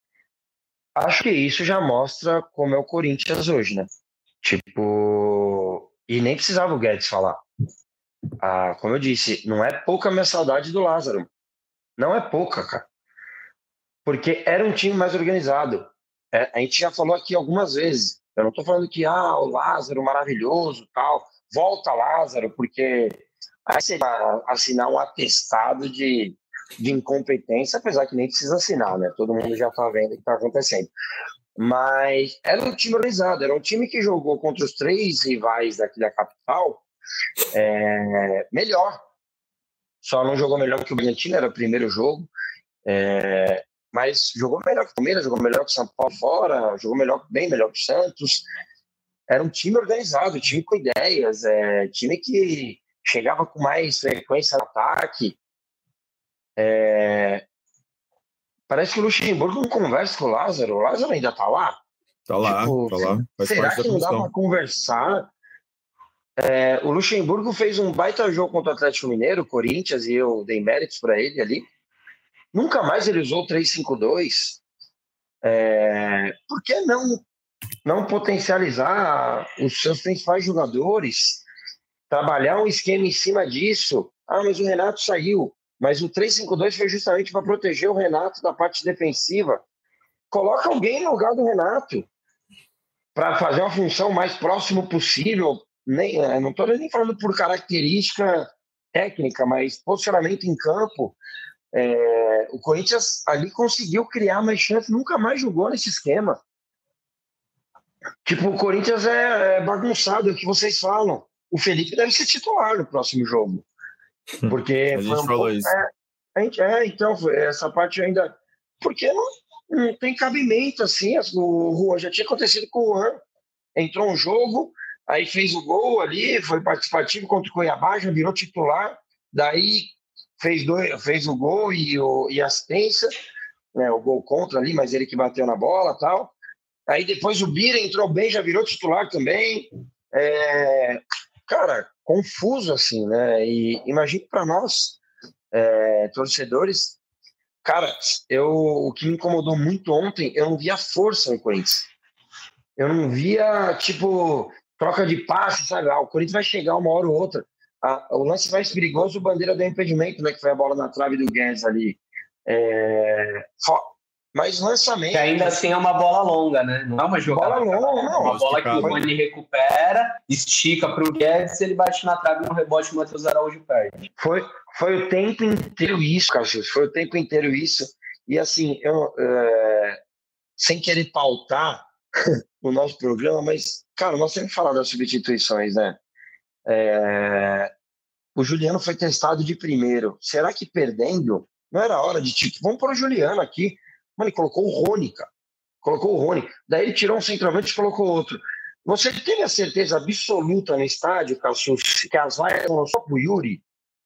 acho que isso já mostra como é o Corinthians hoje, né? Tipo, e nem precisava o Guedes falar. Ah, como eu disse, não é pouca a minha saudade do Lázaro. Não é pouca, cara. Porque era um time mais organizado. É, a gente já falou aqui algumas vezes. Eu não tô falando que, ah, o Lázaro maravilhoso, tal. Volta Lázaro, porque aí você vai assinar um atestado de, de incompetência, apesar que nem precisa assinar, né? Todo mundo já tá vendo o que tá acontecendo. Mas era um time organizado, era um time que jogou contra os três rivais daqui da capital é, melhor. Só não jogou melhor que o Bragantino, era o primeiro jogo, é, mas jogou melhor que o Palmeiras, jogou melhor que o São Paulo fora, jogou melhor, bem melhor que o Santos. Era um time organizado, time com ideias, é, time que chegava com mais frequência no ataque. É, parece que o Luxemburgo não conversa com o Lázaro. O Lázaro ainda tá lá? Tá lá, tipo, tá lá. Faz será que não dá para conversar? É, o Luxemburgo fez um baita jogo contra o Atlético Mineiro, Corinthians, e eu dei méritos para ele ali. Nunca mais ele usou o três cinco dois. É, por que não, não potencializar os seus principais jogadores? Trabalhar um esquema em cima disso? Ah, mas o Renato saiu. Mas o três cinco dois foi justamente para proteger o Renato da parte defensiva. Coloca alguém no lugar do Renato para fazer uma função mais próximo possível. Nem, não estou nem falando por característica técnica, mas posicionamento em campo. É, o Corinthians ali conseguiu criar mais chance, nunca mais jogou nesse esquema. Tipo, o Corinthians é, é bagunçado, é o que vocês falam. O Felipe deve ser titular no próximo jogo. Porque a gente um falou pouco, isso. É, a gente, é, então, essa parte ainda. Porque não, não tem cabimento assim. O Juan já tinha acontecido com o Juan. Entrou um jogo, aí fez o gol ali, foi participativo contra o Cuiabá, já virou titular. Daí fez, dois, fez o gol e, o, e assistência, né, o gol contra ali, mas ele que bateu na bola e tal. Aí depois o Bira entrou bem, já virou titular também. É, cara, confuso assim, né? E imagino para nós, é, torcedores, cara, eu, o que me incomodou muito ontem, eu não via força no Corinthians. Eu não via, tipo, troca de passe, sabe? Ah, o Corinthians vai chegar uma hora ou outra. Ah, o lance mais perigoso, o bandeira do impedimento, né? Que foi a bola na trave do Guedes ali. É... Mas lançamento... Que ainda assim é uma bola longa, né? Não é uma jogada... Bola longa, não. Uma bola que o Rony recupera, estica para o Guedes, ele bate na trave no rebote, o Matheus Araújo perde. Foi, foi o tempo inteiro isso, Cassius. Foi o tempo inteiro isso. E assim, eu... É... sem querer pautar o nosso programa, mas, cara, nós sempre falamos das substituições, né? É... O Juliano foi testado de primeiro. Será que perdendo não era hora de, tipo, vamos pôr o Juliano aqui? Mano, ele colocou o Rony, cara. colocou o Rony. Daí ele tirou um centroavante e colocou outro. Você teve a certeza absoluta no estádio, Calcius, que as vaias eram só pro Yuri?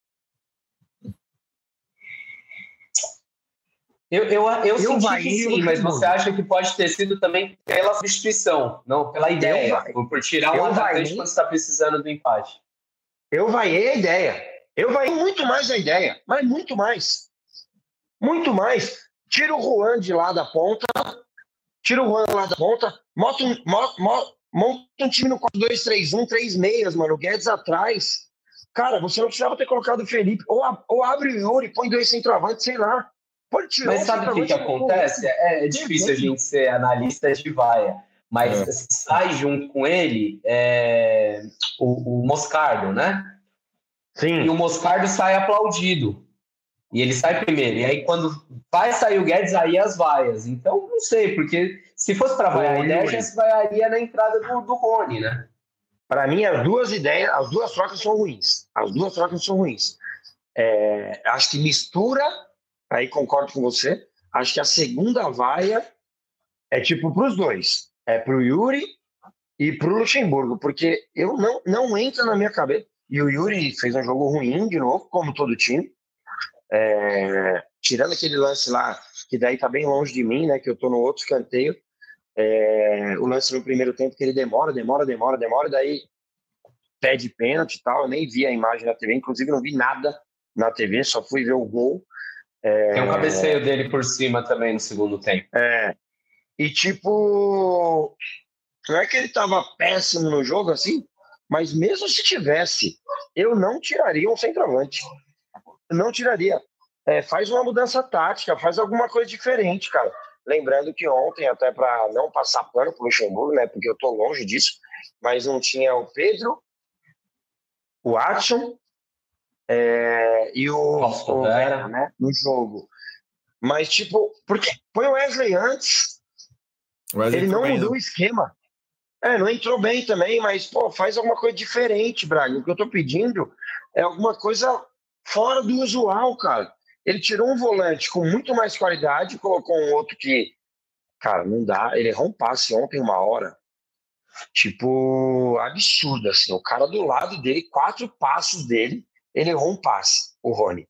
Eu, eu, eu, eu senti vai, que sim, mas você acha que pode ter sido também pela substituição, não pela ideia, por, por tirar um atacante vai, quando está precisando do empate. Eu vaiei a ideia. Eu vaiei muito mais a ideia, mas muito mais. Muito mais. Tira o Juan de lá da ponta, tira o Juan lá da ponta, monta um, monta, monta um time no quatro dois três um, três meias, mano, o Guedes atrás. Cara, você não precisava ter colocado o Felipe, ou, ou abre o Yuri, põe dois centroavantes, sei lá. Mas sabe o que, que acontece? É, é difícil a gente ser analista de vaia, mas é. sai junto com ele é, o, o Moscardo, né? Sim. E o Moscardo sai aplaudido. E ele sai primeiro. E aí, quando vai sair o Guedes, aí as vaias. Então, não sei, porque se fosse para vaiar a ideia, já se vaiaria na entrada do, do Rony, né? Para mim, as duas ideias, as duas trocas são ruins. As duas trocas são ruins. É, acho que mistura... Aí concordo com você. Acho que a segunda vaia é tipo para os dois. É para o Yuri e para o Luxemburgo. Porque eu não, não entra na minha cabeça. E o Yuri fez um jogo ruim de novo, como todo time. É, tirando aquele lance lá, que daí tá bem longe de mim, né? Que eu tô no outro escanteio. É, o lance no primeiro tempo que ele demora, demora, demora, demora. Daí pede pênalti e tal. Eu nem vi a imagem na T V. Inclusive não vi nada na T V. Só fui ver o gol. É... Tem um cabeceio dele por cima também no segundo tempo. É. E tipo, não é que ele tava péssimo no jogo assim, mas mesmo se tivesse, eu não tiraria um centroavante. Não tiraria. É, faz uma mudança tática, faz alguma coisa diferente, cara. Lembrando que ontem, até para não passar pano pro Luxemburgo, né, porque eu tô longe disso, mas não tinha o Pedro, o Adson, É, e o, Nossa, o Vera, né, no jogo. Mas, tipo, porque põe o Wesley antes, Wesley ele não mudou bem, o esquema. É, não entrou bem também, mas, pô, faz alguma coisa diferente, Braga. O que eu tô pedindo é alguma coisa fora do usual, cara. Ele tirou um volante com muito mais qualidade, colocou um outro que, cara, não dá. Ele errou um passe ontem, uma hora. Tipo, absurdo, assim. O cara do lado dele, quatro passos dele, ele errou um passe, o Rony.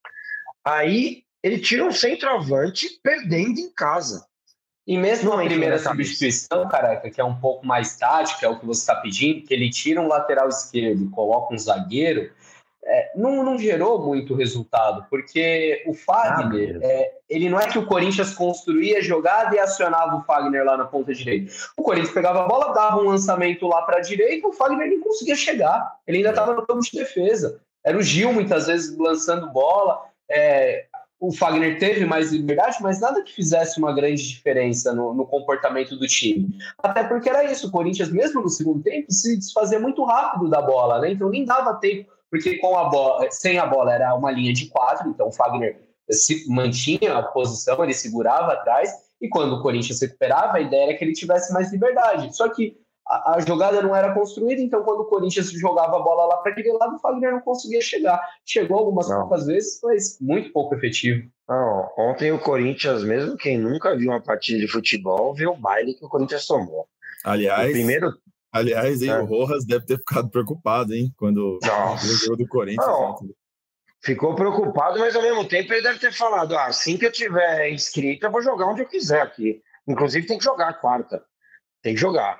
Aí, ele tira um centroavante perdendo em casa. E mesmo não a primeira substituição, Careca, que é um pouco mais tática, é o que você está pedindo, que ele tira um lateral esquerdo e coloca um zagueiro, é, não, não gerou muito resultado, porque o Fagner, ah, é, ele não é que o Corinthians construía a jogada e acionava o Fagner lá na ponta direita. O Corinthians pegava a bola, dava um lançamento lá para a direita, o Fagner nem conseguia chegar. Ele ainda estava no campo de defesa. Era o Gil, muitas vezes, lançando bola. É, o Fagner teve mais liberdade, mas nada que fizesse uma grande diferença no, no comportamento do time. Até porque era isso, o Corinthians, mesmo no segundo tempo, se desfazia muito rápido da bola, né? Então nem dava tempo, porque com a bola, sem a bola era uma linha de quatro, então o Fagner se mantinha a posição, ele segurava atrás, e quando o Corinthians se recuperava, a ideia era que ele tivesse mais liberdade. Só que a, a jogada não era construída, então quando o Corinthians jogava a bola lá para aquele lado, o Fagner não conseguia chegar. Chegou algumas não. poucas vezes, mas muito pouco efetivo. Não, ontem o Corinthians, mesmo quem nunca viu uma partida de futebol, viu o baile que o Corinthians tomou. Aliás, o primeiro... aliás hein, é. o Rojas deve ter ficado preocupado, hein, quando viu o jogo do Corinthians. Não, ficou preocupado, mas ao mesmo tempo ele deve ter falado, ah, assim que eu tiver inscrito, eu vou jogar onde eu quiser aqui. Inclusive tem que jogar a quarta. Tem que jogar.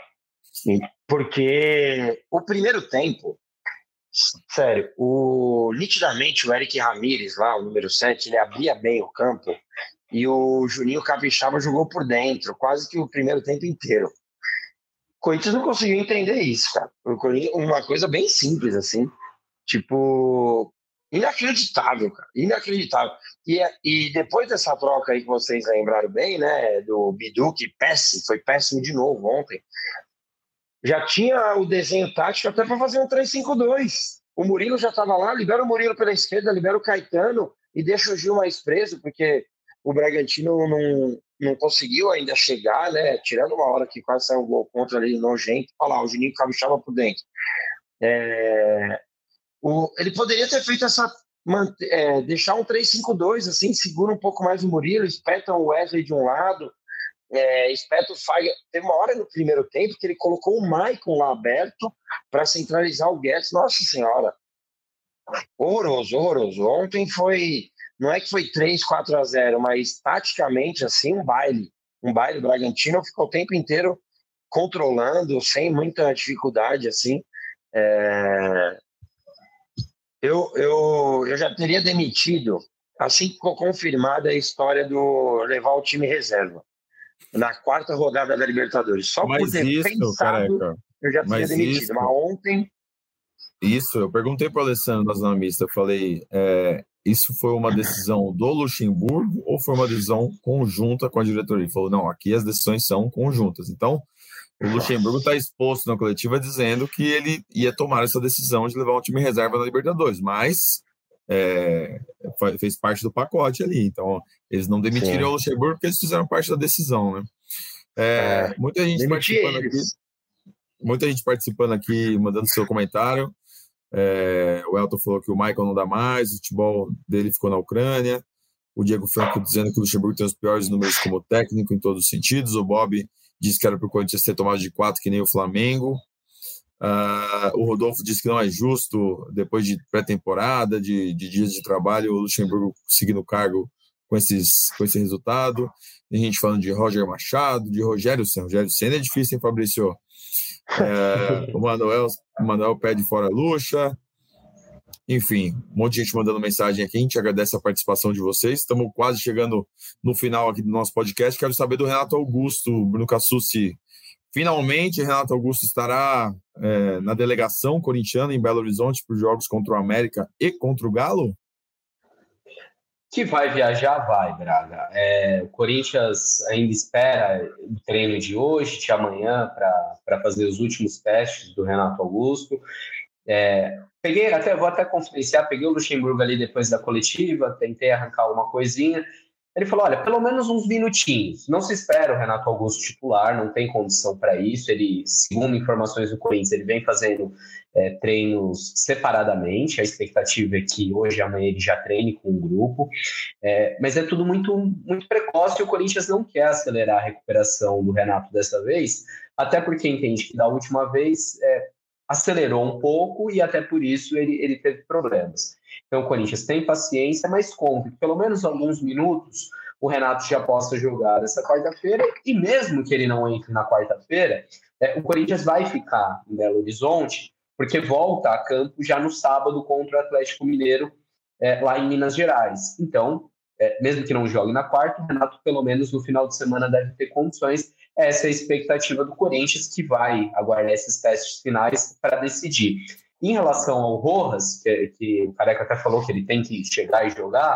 Porque o primeiro tempo, sério, o, nitidamente o Eric Ramírez lá, o número sete, ele abria bem o campo e o Juninho Capixaba jogou por dentro, quase que o primeiro tempo inteiro. O Corinthians não conseguiu entender isso, cara. Uma coisa bem simples, assim, tipo, inacreditável, cara, inacreditável. E, e depois dessa troca aí que vocês lembraram bem, né, do Bidu, que péssimo, foi péssimo de novo ontem, já tinha o desenho tático até para fazer um três cinco dois. O Murilo já estava lá, libera o Murilo pela esquerda, libera o Caetano e deixa o Gil mais preso, porque o Bragantino não, não conseguiu ainda chegar, né? Tirando uma hora que quase saiu um gol contra ali, nojento. Olha lá, o Juninho Capixaba por dentro. É, o, ele poderia ter feito essa... É, deixar um três cinco dois, assim, segura um pouco mais o Murilo, espeta o Wesley de um lado, é, espeta o Fagner. Teve uma hora no primeiro tempo que ele colocou o Maicon lá aberto para centralizar o Guedes. Nossa Senhora! Horroroso, horroroso. Ontem foi, não é que foi três, quatro a zero, mas taticamente, assim, um baile. Um baile. O Bragantino ficou o tempo inteiro controlando, sem muita dificuldade, assim. É... Eu, eu, eu já teria demitido, assim que ficou confirmada a história do levar o time reserva, na quarta rodada da Libertadores. Só mas por ter isso, pensado, careca, eu já teria mas demitido. isso, mas ontem... Isso, eu perguntei para o Alessandro da Zona Mista, eu falei, é, isso foi uma decisão do Luxemburgo ou foi uma decisão conjunta com a diretoria? Ele falou, não, aqui as decisões são conjuntas. Então, o Luxemburgo está exposto na coletiva dizendo que ele ia tomar essa decisão de levar um time reserva na Libertadores, mas é, fez parte do pacote ali. Então, eles não demitiram Sim. o Luxemburgo porque eles fizeram parte da decisão, né? É, é, muita gente participando eles. aqui, muita gente participando aqui, mandando seu comentário. É, o Elton falou que o Michael não dá mais, o futebol dele ficou na Ucrânia. O Diego Franco dizendo que o Luxemburgo tem os piores números como técnico em todos os sentidos. O Bob disse que era para o Corinthians ter tomado de quatro que nem o Flamengo. Uh, o Rodolfo disse que não é justo, depois de pré-temporada, de, de dias de trabalho, o Luxemburgo seguir no cargo com, esses, com esse resultado. Tem gente falando de Roger Machado, de Rogério Senna. Rogério Senna é difícil, hein, Fabrício? É, o, Manuel, o Manuel pede fora Luxa. Enfim, um monte de gente mandando mensagem aqui. A gente agradece a participação de vocês. Estamos quase chegando no final aqui do nosso podcast. Quero saber do Renato Augusto, Bruno Cassucci. Finalmente, Renato Augusto estará é, na delegação corintiana em Belo Horizonte para os jogos contra o América e contra o Galo? Que vai viajar, vai, Braga. É, o Corinthians ainda espera o treino de hoje, de amanhã, para fazer os últimos testes do Renato Augusto. É, peguei, até, vou até confidenciar, peguei o Luxemburgo ali depois da coletiva, tentei arrancar uma coisinha. Ele falou, olha, pelo menos uns minutinhos. Não se espera o Renato Augusto titular, não tem condição para isso. Ele, segundo informações do Corinthians, ele vem fazendo é, treinos separadamente. A expectativa é que hoje e amanhã ele já treine com o grupo. É, mas é tudo muito, muito precoce e o Corinthians não quer acelerar a recuperação do Renato dessa vez, até porque entende que da última vez é, acelerou um pouco e até por isso ele, ele teve problemas. Então o Corinthians tem paciência, mas conta que pelo menos alguns minutos o Renato já possa jogar nessa quarta-feira, e mesmo que ele não entre na quarta-feira, é, o Corinthians vai ficar em Belo Horizonte, porque volta a campo já no sábado contra o Atlético Mineiro, é, lá em Minas Gerais. Então, é, mesmo que não jogue na quarta, o Renato pelo menos no final de semana deve ter condições. Essa é a expectativa do Corinthians, que vai aguardar esses testes finais para decidir. Em relação ao Rojas, que, que o Careca até falou que ele tem que chegar e jogar,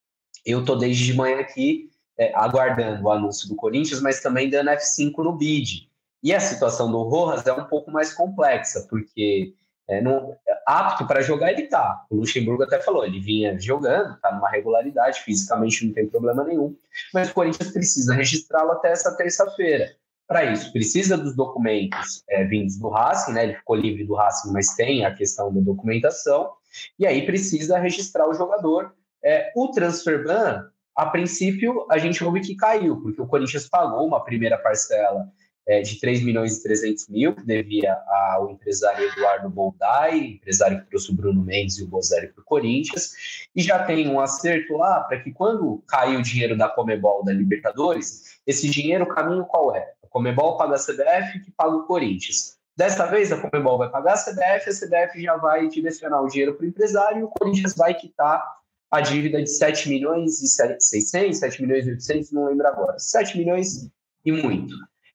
eu estou desde de manhã aqui é, aguardando o anúncio do Corinthians, mas também dando F cinco no B I D. E a situação do Rojas é um pouco mais complexa, porque é, não, apto para jogar ele está. O Luxemburgo até falou, ele vinha jogando, está numa regularidade, fisicamente não tem problema nenhum, mas o Corinthians precisa registrá-lo até essa terça-feira. Para isso, precisa dos documentos é, vindos do Racing, né? Ele ficou livre do Racing, mas tem a questão da documentação, e aí precisa registrar o jogador. É, o Transferban, a princípio, a gente ouve que caiu, porque o Corinthians pagou uma primeira parcela é, de três milhões e trezentos mil, que devia ao empresário Eduardo Boldai, empresário que trouxe o Bruno Mendes e o Bozelli para o Corinthians, e já tem um acerto lá para que quando cair o dinheiro da Conmebol da Libertadores, esse dinheiro, o caminho qual é? A Conmebol paga a C B F, que paga o Corinthians. Dessa vez, a Conmebol vai pagar a C B F, a C B F já vai direcionar o dinheiro para o empresário e o Corinthians vai quitar a dívida de sete milhões e seiscentos, sete milhões e oitocentos, não lembro agora. sete milhões e muito.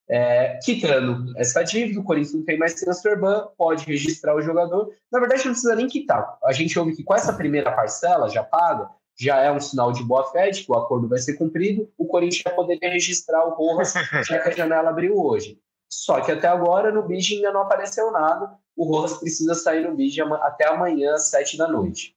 É, quitando essa dívida, o Corinthians não tem mais Transferban, pode registrar o jogador. Na verdade, não precisa nem quitar. A gente ouve que com essa primeira parcela já paga, já é um sinal de boa-fé, de que o acordo vai ser cumprido, o Corinthians já poderia registrar o Rojas, já que a janela abriu hoje. Só que até agora, no B I D ainda não apareceu nada, o Rojas precisa sair no B I D até amanhã, às sete da noite.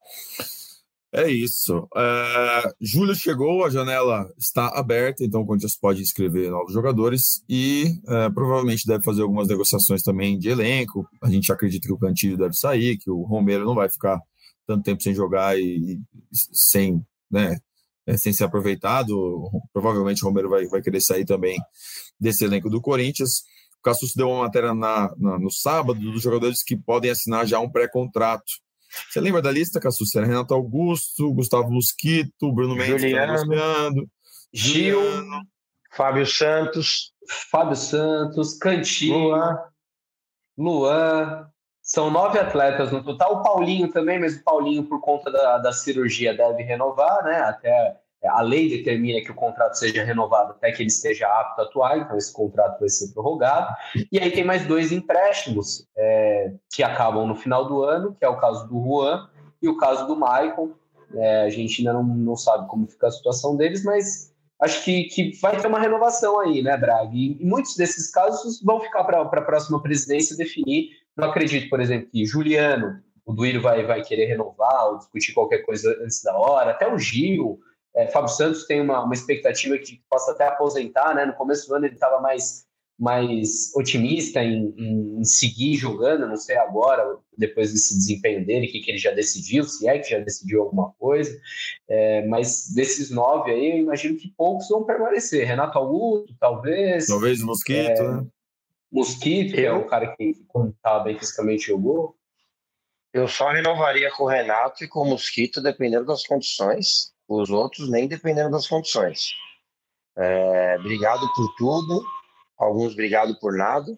É isso. Uh, julho chegou, a janela está aberta, então o Corinthians pode inscrever novos jogadores e uh, provavelmente deve fazer algumas negociações também de elenco. A gente acredita que o Cantillo deve sair, que o Romero não vai ficar tanto tempo sem jogar e, e sem, né, é, sem ser aproveitado. Provavelmente o Romero vai, vai querer sair também desse elenco do Corinthians. O Cassucci deu uma matéria na, na, no sábado dos jogadores que podem assinar já um pré-contrato. Você lembra da lista, Cassucci? Era Renato Augusto, Gustavo Mosquito, Bruno Mendes, Juliano, Gil, Juliano, Fábio Santos, Fábio Santos, Cantinho, Luan. Luan. São nove atletas no total. O Paulinho também, mas o Paulinho, por conta da, da cirurgia, deve renovar, né? Até a lei determina que o contrato seja renovado até que ele esteja apto a atuar, então esse contrato vai ser prorrogado. E aí tem mais dois empréstimos é, que acabam no final do ano, que é o caso do Juan e o caso do Maicon. É, a gente ainda não, não sabe como fica a situação deles, mas acho que, que vai ter uma renovação aí, né, Braga? E, e muitos desses casos vão ficar para a próxima presidência definir. Não acredito, por exemplo, que Juliano, o Duílio vai, vai querer renovar ou discutir qualquer coisa antes da hora. Até o Gil, é, Fábio Santos tem uma, uma expectativa que possa até aposentar, né? No começo do ano ele estava mais, mais otimista em, em, em seguir jogando, não sei agora, depois desse desempenho dele, o que, que ele já decidiu, se é que já decidiu alguma coisa. É, mas desses nove aí, eu imagino que poucos vão permanecer. Renato Augusto, talvez. Talvez Mosquito, é, né? Mosquito, que é o cara que, quando estava bem fisicamente, jogou. Eu só renovaria com o Renato e com o Mosquito, dependendo das condições. Os outros, nem dependendo das condições. É, obrigado por tudo. Alguns obrigado por nada.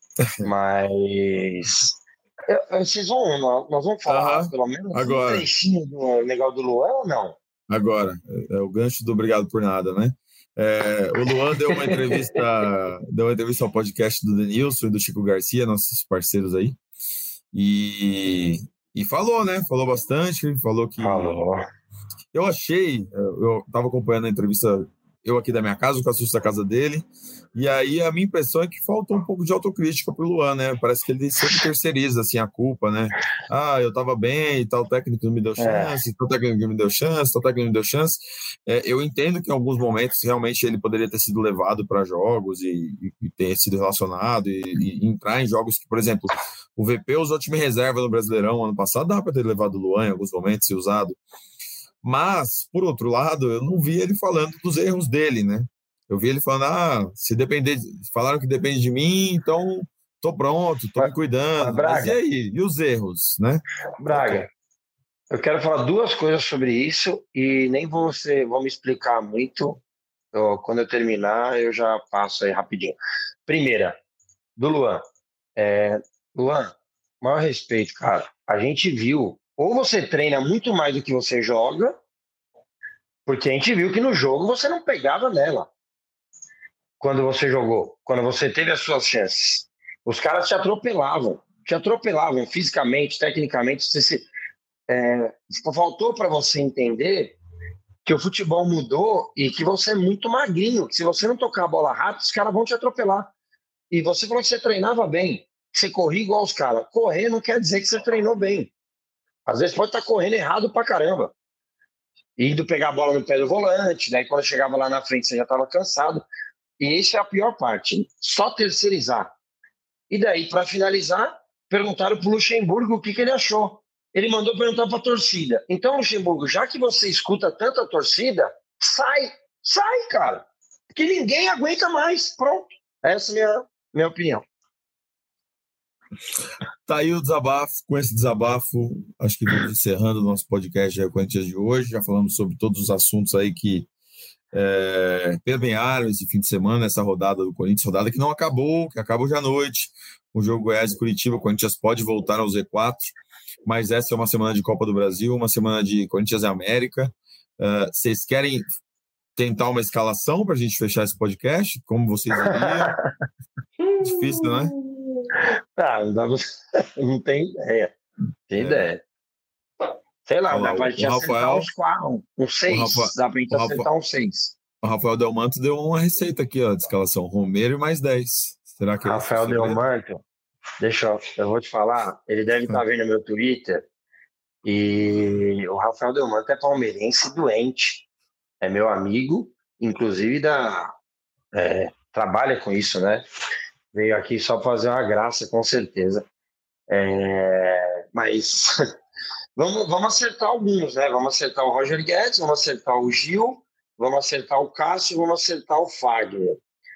Mas... Vocês vão, nós vamos falar, uhum, pelo menos, agora. Um trechinho do negócio do Luan ou não? Agora. É o gancho do obrigado por nada, né? É, o Luan deu uma entrevista deu uma entrevista ao podcast do Denilson e do Chico Garcia, nossos parceiros aí, e, e falou, né? Falou bastante, falou que... Falou. Eu achei, eu estava acompanhando a entrevista, eu aqui da minha casa, o Cassucci da casa dele, e aí a minha impressão é que faltou um pouco de autocrítica pro Luan, né? Parece que ele sempre terceiriza, assim, a culpa, né? Ah, eu tava bem e tal técnico não me deu chance, é. tal técnico não me deu chance, tal técnico não me deu chance. É, eu entendo que em alguns momentos realmente ele poderia ter sido levado para jogos e, e, e ter sido relacionado e, e entrar em jogos que, por exemplo, o V P usou time reserva no Brasileirão ano passado, dá para ter levado o Luan em alguns momentos e usado. Mas, por outro lado, eu não vi ele falando dos erros dele, né? Eu vi ele falando, ah, se depender, falaram que depende de mim, então tô pronto, tô me cuidando. Braga, mas e aí? E os erros, né? Braga, eu quero falar duas coisas sobre isso e nem vou, ser, vou me explicar muito. Eu, quando eu terminar, eu já passo aí rapidinho. Primeira, do Luan. É, Luan, maior respeito, cara. A gente viu, ou você treina muito mais do que você joga, porque a gente viu que no jogo você não pegava nela. Quando você jogou, quando você teve as suas chances. Os caras te atropelavam, te atropelavam fisicamente, tecnicamente. Você se, é, faltou para você entender que o futebol mudou e que você é muito magrinho, que se você não tocar a bola rápido, os caras vão te atropelar. E você falou que você treinava bem, que você corria igual os caras. Correr não quer dizer que você treinou bem. Às vezes pode estar correndo errado pra caramba. Indo pegar a bola no pé do volante, daí quando chegava lá na frente você já estava cansado. E isso é a pior parte, só terceirizar. E daí, para finalizar, perguntaram para o Luxemburgo o que, que ele achou. Ele mandou perguntar para a torcida. Então, Luxemburgo, já que você escuta tanto a torcida, sai, sai, cara. Porque ninguém aguenta mais. Pronto. Essa é a minha, minha opinião. Tá aí o desabafo. Com esse desabafo, acho que vamos encerrando o nosso podcast de Corinthians de hoje. Já falamos sobre todos os assuntos aí que É, permearam esse fim de semana, essa rodada do Corinthians, rodada que não acabou, que acaba hoje à noite, o jogo Goiás e Curitiba. O Corinthians pode voltar ao Z quatro, mas essa é uma semana de Copa do Brasil, uma semana de Corinthians e América. Uh, vocês querem tentar uma escalação para a gente fechar esse podcast? Como vocês iriam? Difícil, né? Ah, não, dá, não tem ideia. Tem é. ideia. Sei lá, dá pra gente acertar uns quatro, uns seis. Rafael, dá pra gente acertar Rafael, uns seis. O Rafael Delmanto deu uma receita aqui, ó, de escalação. Romero e mais dez. Será que Rafael Delmanto, deixa eu, eu vou te falar, ele deve estar vendo meu Twitter, e o Rafael Delmanto é palmeirense doente. É meu amigo, inclusive da, é, trabalha com isso, né? Veio aqui só pra fazer uma graça, com certeza. É, mas... Vamos, vamos acertar alguns, né? Vamos acertar o Roger Guedes, vamos acertar o Gil, vamos acertar o Cássio, vamos acertar o Fagner.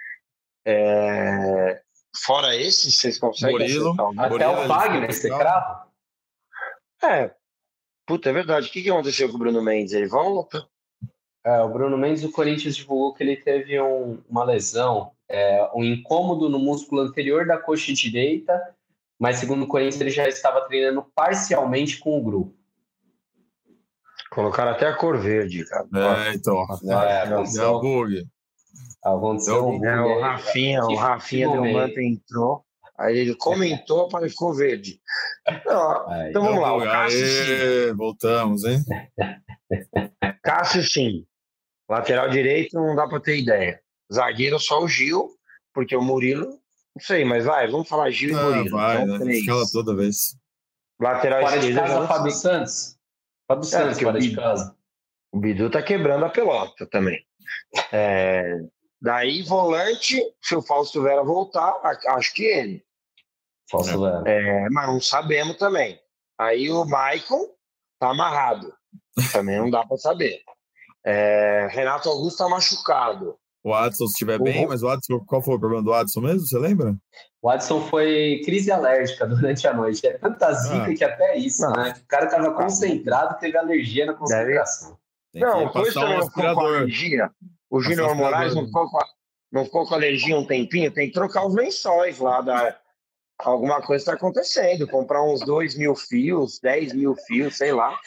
É... Fora esse, vocês conseguem Murilo, acertar o... Até Murilo, o Fagner, você crava? É, puta, é verdade. O que, que aconteceu com o Bruno Mendes? Ele volta? É, o Bruno Mendes, o Corinthians divulgou que ele teve um, uma lesão, é, um incômodo no músculo anterior da coxa direita, mas segundo o Corinthians ele já estava treinando parcialmente com o grupo. Colocaram até a cor verde, cara. É, então. É, É o bug. Aconteceu um É, bug o aí, Rafinha, que o Rafinha ficou deu meio. manto e entrou. Aí ele comentou, mas ficou verde. Não, Aí. então vamos lá. O Aê, Cássio sim. voltamos, hein? Cássio sim. Lateral direito não dá pra ter ideia. Zagueiro só o Gil, porque o Murilo, não sei, mas vai, vamos falar Gil e Ah, Murilo. vai, Então, né? três. Escala toda vez. Lateral Fora de esquerdo. casa, já Fábio sei. Santos. Fábio Santos, porque fora o de Bidu- casa. O Bidu tá quebrando a pelota também. É, daí, volante, se o Fausto Vera voltar, a- acho que ele. Falso velho. É, mas não sabemos também. Aí o Maicon tá amarrado. Também não dá pra saber. É, Renato Augusto tá machucado. O Adson, se estiver O bem, Ro- mas o Adson, qual foi o problema do Adson mesmo? Você lembra? O Adson foi crise alérgica durante a noite. É tanta zica Ah. que até isso, Não. né? O cara tava concentrado, teve alergia na concentração. Tem Não, que foi isso passar um não ficou com aspirador. alergia. O Passar Júnior um Moraes não aspirador. ficou, com a- não ficou com alergia um tempinho? Tem que trocar os lençóis lá da. Alguma coisa está acontecendo. Comprar uns dois mil fios, dez mil fios, sei lá.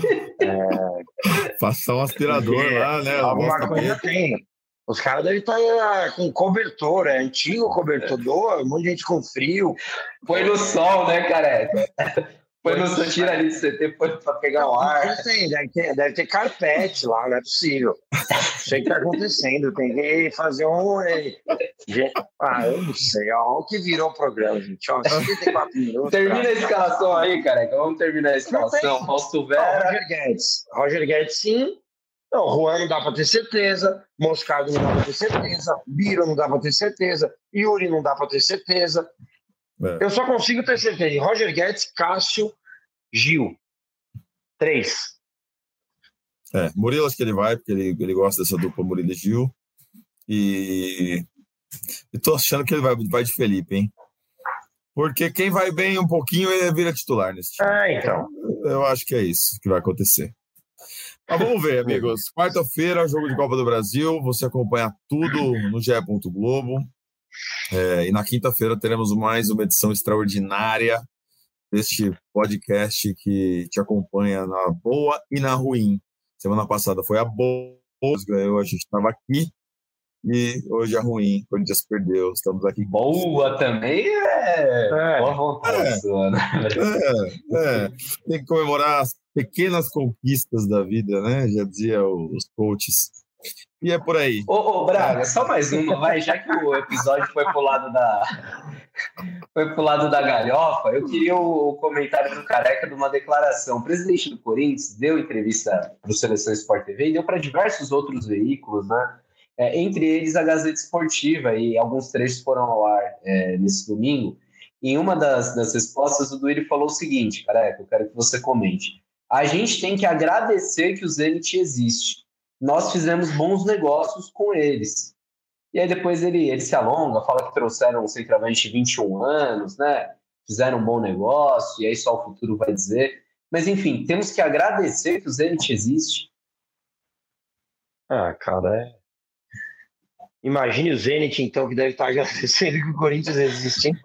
Passar um aspirador Porque lá, né? Alguma Bosta coisa preta. tem. Os caras devem estar com cobertor, é antigo cobertor, um monte de gente com frio. Foi no sol, né, careca? Foi no sol, tira ali do C T, foi pra pegar o ar. Não sei, deve ter, deve ter carpete lá, não é possível. Não sei o que está acontecendo, tem que fazer um. eh, gente- Ah, eu não sei, ó, o que virou o programa, gente. Ó, cinquenta e quatro minutos. Termina a cara. escalação aí, careca. Vamos terminar a escalação. tem. Fausto Não, Vera. Roger Guedes. Roger Guedes, sim. Não, Juan não dá para ter certeza. Moscardo não dá para ter certeza. Biro não dá para ter certeza. Yuri não dá para ter certeza. É. Eu só consigo ter certeza de Roger Guedes, Cássio, Gil. Três. É, Murilo acho que ele vai, porque ele, ele gosta dessa dupla Murilo e Gil. E eu tô achando que ele vai, vai de Felipe, hein? Porque quem vai bem um pouquinho, ele vira titular nesse time. Ah, então. Eu acho que é isso que vai acontecer. Mas vamos ver, amigos. Quarta-feira, jogo de Copa do Brasil. Você acompanha tudo no G E. Globo. É, e na quinta-feira teremos mais uma edição extraordinária deste podcast que te acompanha na boa e na ruim. Semana passada foi a boa, ganhou, a gente estava aqui. E hoje é ruim, o Corinthians perdeu. Estamos aqui. Boa também é. É. Boa vontade É. sua, né? É, é, tem que comemorar as pequenas conquistas da vida, né? Já dizia os coaches. E é por aí. Ô, ô, Braga, só mais uma, vai, já que o episódio foi pro lado da. Foi pro lado da galhofa, eu queria o comentário do Careca de uma declaração. O presidente do Corinthians deu entrevista para o Seleção Sport T V e deu para diversos outros veículos, né? É, entre eles a Gazeta Esportiva, e alguns trechos foram ao ar é, nesse domingo. Em uma das, das respostas, o Duílio falou o seguinte, Careca, eu quero que você comente. A gente tem que agradecer que o Zenit existe. Nós fizemos bons negócios com eles. E aí depois ele, ele se alonga, fala que trouxeram um centroavante de vinte e um anos, né? Fizeram um bom negócio, e aí só o futuro vai dizer. Mas, enfim, temos que agradecer que o Zenit existe. Ah, cara, é. Imagine o Zenit, então, que deve estar agradecendo que o Corinthians existe, hein?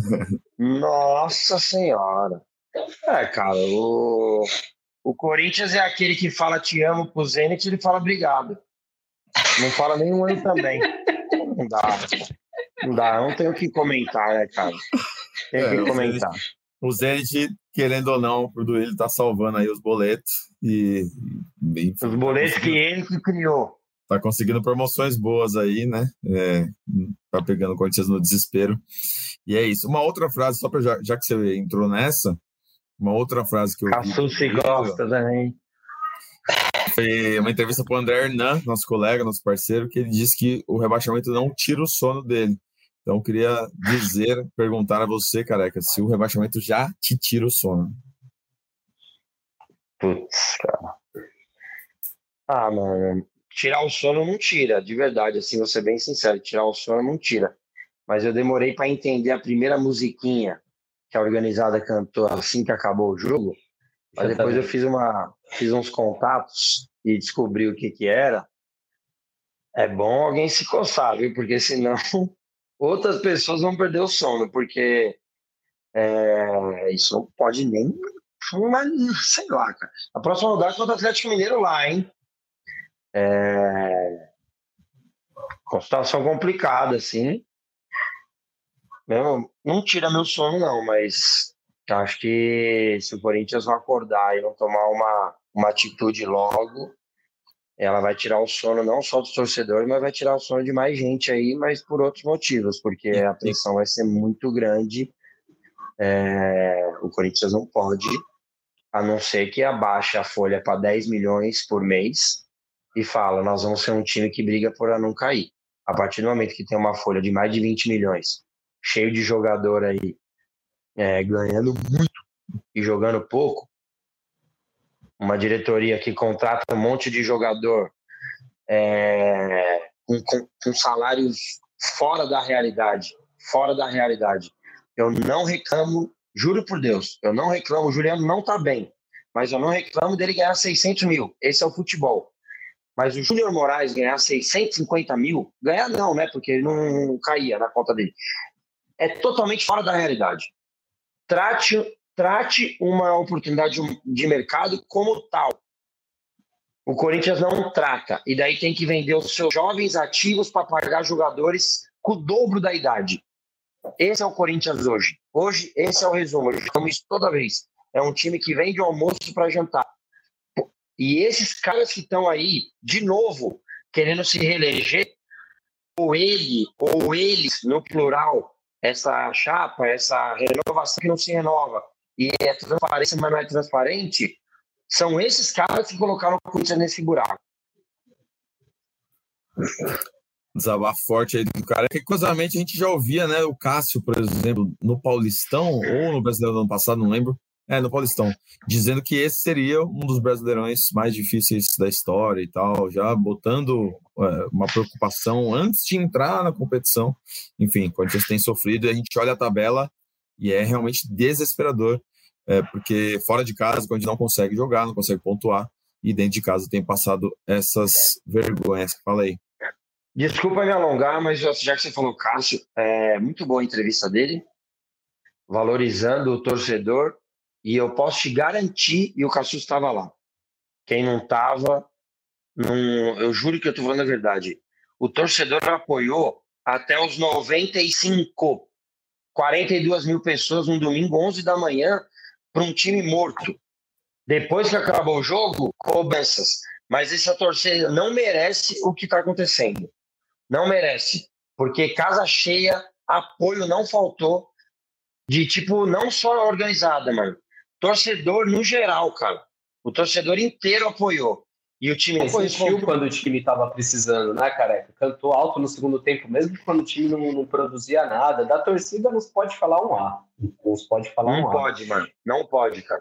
Nossa Senhora. É, cara, o, o Corinthians é aquele que fala te amo pro Zenit, ele fala obrigado. Não fala nem um ano também. Não dá. Não dá, não tenho o que comentar, né, cara? Tem o É, que o comentar. O Zenit, querendo ou não, por ele tá salvando aí os boletos e, e Os boletos que ele que criou. tá conseguindo promoções boas aí, né? É, tá pegando o Corinthians no desespero. E é isso. Uma outra frase, só para já, já que você entrou nessa, uma outra frase que eu vi. Caçu se gosta também. Foi uma entrevista para o André Hernan, nosso colega, nosso parceiro, que ele disse que o rebaixamento não tira o sono dele. Então, eu queria dizer, perguntar a você, Careca, se o rebaixamento já te tira o sono. Putz, cara. Ah, mano. tirar o sono não tira, de verdade, assim, vou ser bem sincero, tirar o sono não tira. Mas eu demorei para entender a primeira musiquinha que a organizada cantou assim que acabou o jogo. Mas depois eu fiz, uma, fiz uns contatos e descobri o que que era. É bom alguém se coçar, viu? Porque senão outras pessoas vão perder o sono, porque é, isso não pode nem... Mas, sei lá, cara. A próxima rodada é contra o Atlético Mineiro lá, hein? É... Com situação complicada, assim. Meu, não tira meu sono, não, mas acho que se o Corinthians não acordar e não tomar uma, uma atitude logo, ela vai tirar o sono não só dos torcedores, mas vai tirar o sono de mais gente aí, mas por outros motivos, porque a pressão vai ser muito grande. É... O Corinthians não pode, a não ser que abaixe a folha para dez milhões por mês e fala, nós vamos ser um time que briga por não cair. A partir do momento que tem uma folha de mais de vinte milhões, cheio de jogador aí, é, ganhando muito e jogando pouco, uma diretoria que contrata um monte de jogador é, com, com, com salários fora da realidade, fora da realidade. Eu não reclamo, juro por Deus, eu não reclamo, o Juliano não tá bem, mas eu não reclamo dele ganhar seiscentos mil, esse é o futebol. Mas o Júnior Moraes ganhar seiscentos e cinquenta mil, ganhar não, né, porque ele não caía na conta dele. É totalmente fora da realidade. Trate, trate uma oportunidade de mercado como tal. O Corinthians não trata. E daí tem que vender os seus jovens ativos para pagar jogadores com o dobro da idade. Esse é o Corinthians hoje. Hoje, esse é o resumo. Eu falo isso toda vez. É um time que vende almoço para jantar. E esses caras que estão aí, de novo, querendo se reeleger, ou ele, ou eles, no plural, essa chapa, essa renovação que não se renova e é transparência, mas não é transparente, são esses caras que colocaram o Corinthians nesse buraco. Desabafo forte aí do cara, que curiosamente a gente já ouvia, né, o Cássio, por exemplo, no Paulistão, ou no Brasileiro do ano passado, não lembro, é, no Paulistão, dizendo que esse seria um dos brasileirões mais difíceis da história e tal, já botando é, uma preocupação antes de entrar na competição. Enfim, o Corinthians tem sofrido e a gente olha a tabela e é realmente desesperador, é, porque fora de casa o Corinthians não consegue jogar, não consegue pontuar, e dentro de casa tem passado essas vergonhas. Fala aí. Desculpa me alongar, mas já que você falou Cássio, é muito boa a entrevista dele, valorizando o torcedor. E eu posso te garantir, e o Cássio estava lá. Quem não estava, não, eu juro que eu estou falando a verdade. O torcedor apoiou até os noventa e cinco, quarenta e duas mil pessoas no domingo, onze da manhã, para um time morto. Depois que acabou o jogo, cobranças. Mas essa torcida não merece o que está acontecendo. Não merece. Porque casa cheia, apoio não faltou. De tipo, não só organizada, mano. Torcedor no geral, cara. O torcedor inteiro apoiou. E o time existiu quando o time estava precisando, né, Careca? Cantou alto no segundo tempo, mesmo quando o time não, não produzia nada. Da torcida não se pode falar um A. Não se pode falar não um A. Não pode, mano. Não pode, cara.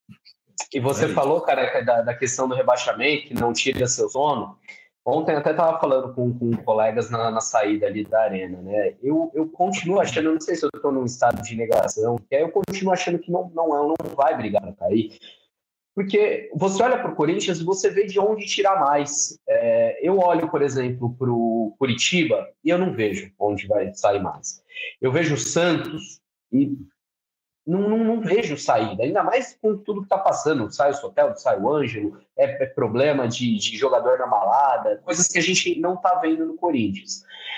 E você é falou, Careca, da, da questão do rebaixamento, que não tira seu sono. Ontem até estava falando com, com colegas na, na saída ali da arena, né? Eu, eu continuo achando, não sei se eu estou num estado de negação, que eu continuo achando que não, não, não vai brigar para cair. Porque você olha para o Corinthians e você vê de onde tirar mais. É, eu olho, por exemplo, para o Curitiba e eu não vejo onde vai sair mais. Eu vejo o Santos e não, não, não vejo saída, ainda mais com tudo que está passando. Sai o Soteldo, sai o Ângelo, é, é problema de, de jogador na balada, coisas que a gente não está vendo no Corinthians.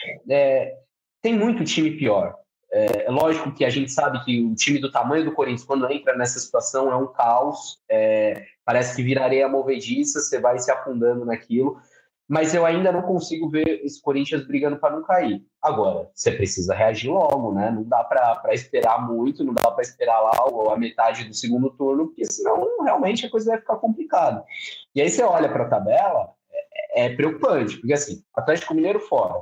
É, tem muito time pior. É, é lógico que a gente sabe que o time do tamanho do Corinthians, quando entra nessa situação, é um caos. É, parece que vira areia movediça, você vai se afundando naquilo. Mas eu ainda não consigo ver esse Corinthians brigando para não cair. Agora, você precisa reagir logo, né? Não dá para esperar muito, não dá para esperar lá a metade do segundo turno, porque senão realmente a coisa vai ficar complicada. E aí você olha para a tabela, é, é preocupante, porque assim, Atlético Mineiro fora.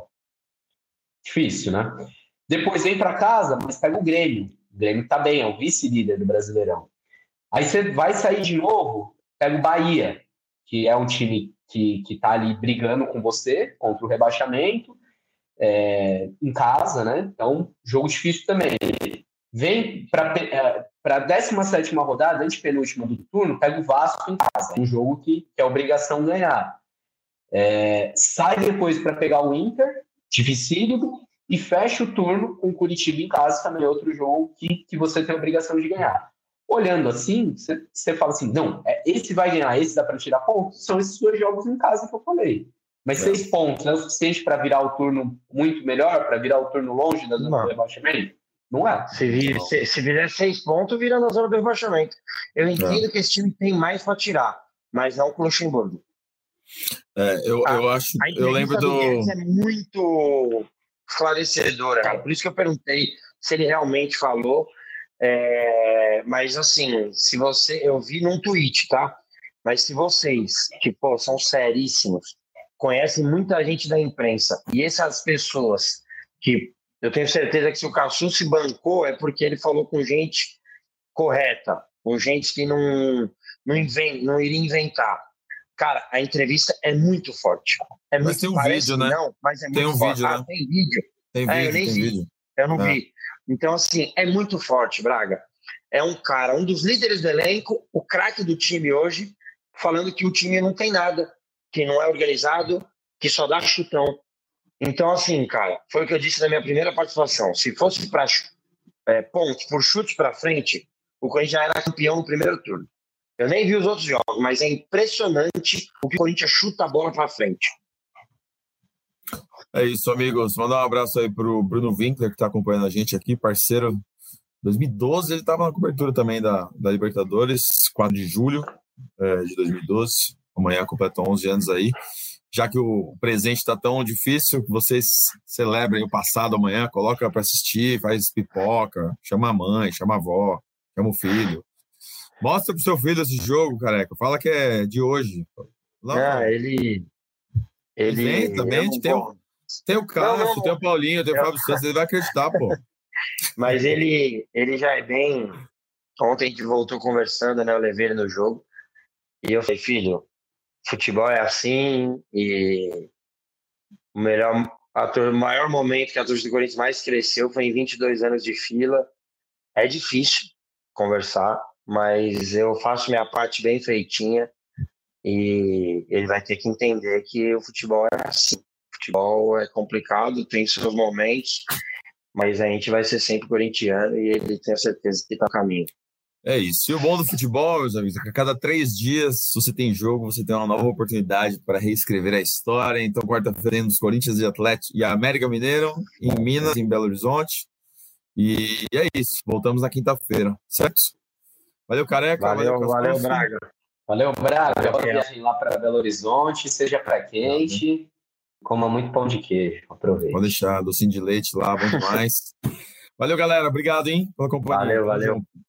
Difícil, né? Depois vem para casa, mas pega o Grêmio. O Grêmio tá bem, é o vice-líder do Brasileirão. Aí você vai sair de novo, pega o Bahia. que é um time que está ali brigando com você contra o rebaixamento, é, em casa, né? Então, jogo difícil também. Vem para a décima sétima rodada, antepenúltima do turno, pega o Vasco em casa. Um jogo que, que é obrigação ganhar. É, sai depois para pegar o Inter, dificílimo, e fecha o turno com o Curitiba em casa, também é outro jogo que, que você tem a obrigação de ganhar. Olhando assim, você, você fala assim, não, é, esse vai ganhar, esse dá para tirar pontos, são esses dois jogos em casa que eu falei. Mas é. seis pontos é o suficiente para virar o turno muito melhor, para virar o turno longe da zona do rebaixamento? Não é. Se, vir, se, se virar seis pontos, vira na zona do rebaixamento. Eu entendo é. que esse time tem mais para tirar, mas não com o Luxemburgo. É, eu, a, eu acho. Eu lembro do. do é muito esclarecedora, cara. Por isso que eu perguntei se ele realmente falou. É, mas assim, se você. Eu vi num tweet, tá? Mas se vocês, que pô, são seríssimos, conhecem muita gente da imprensa, e essas pessoas que eu tenho certeza que se o Caçu se bancou é porque ele falou com gente correta, com gente que não, não, invent, não iria inventar. Cara, a entrevista é muito forte. É mas muito, tem um vídeo, né? Não, mas é muito tem um forte. vídeo, ah, né? Tem vídeo? Tem é, vídeo, eu nem tem vi. vídeo. Eu não é. vi. Então, assim, é muito forte, Braga. É um cara, um dos líderes do elenco, o craque do time hoje, falando que o time não tem nada, que não é organizado, que só dá chutão. Então, assim, cara, foi o que eu disse na minha primeira participação. Se fosse para é, pontos por chutes para frente, o Corinthians já era campeão no primeiro turno. Eu nem vi os outros jogos, mas é impressionante o que o Corinthians chuta a bola para frente. É isso, amigos. Mandar um abraço aí pro Bruno Winkler, que está acompanhando a gente aqui, parceiro. dois mil e doze, ele estava na cobertura também da, da Libertadores, quatro de julho é, de dois mil e doze. Amanhã completam onze anos aí. Já que o presente está tão difícil, que vocês celebrem o passado amanhã, coloca para assistir, faz pipoca, chama a mãe, chama a avó, chama o filho. Mostra pro seu filho esse jogo, careca. Fala que é de hoje. Lá, ah, ele... Ele vem também. Tem, tem, o, tem o Cássio, tem o Paulinho, tem o Fábio Santos. Ele vai acreditar, pô. Mas ele, ele já é bem... Ontem a gente voltou conversando, né? Eu levei ele no jogo. E eu falei, filho, futebol é assim. E o melhor... A, o maior momento que a torcida do Corinthians mais cresceu foi em vinte e dois anos de fila. É difícil conversar, mas eu faço minha parte bem feitinha e ele vai ter que entender que o futebol é assim. O futebol é complicado, tem seus momentos, mas a gente vai ser sempre corintiano e ele tem a certeza que está no caminho. É isso. E o bom do futebol, meus amigos, é que a cada três dias, se você tem jogo, você tem uma nova oportunidade para reescrever a história. Então, quarta-feira, temos Corinthians e Atlético e América Mineiro, em Minas, em Belo Horizonte. E é isso. Voltamos na quinta-feira, certo? Valeu, careca. Valeu, valeu, valeu Braga. Valeu, Braga. Boa viagem lá para Belo Horizonte. Seja para quente. Uhum. Coma muito pão de queijo. Aproveite. Pode deixar docinho de leite lá, bom demais. Valeu, galera. Obrigado, hein, pela companhia. Valeu, valeu.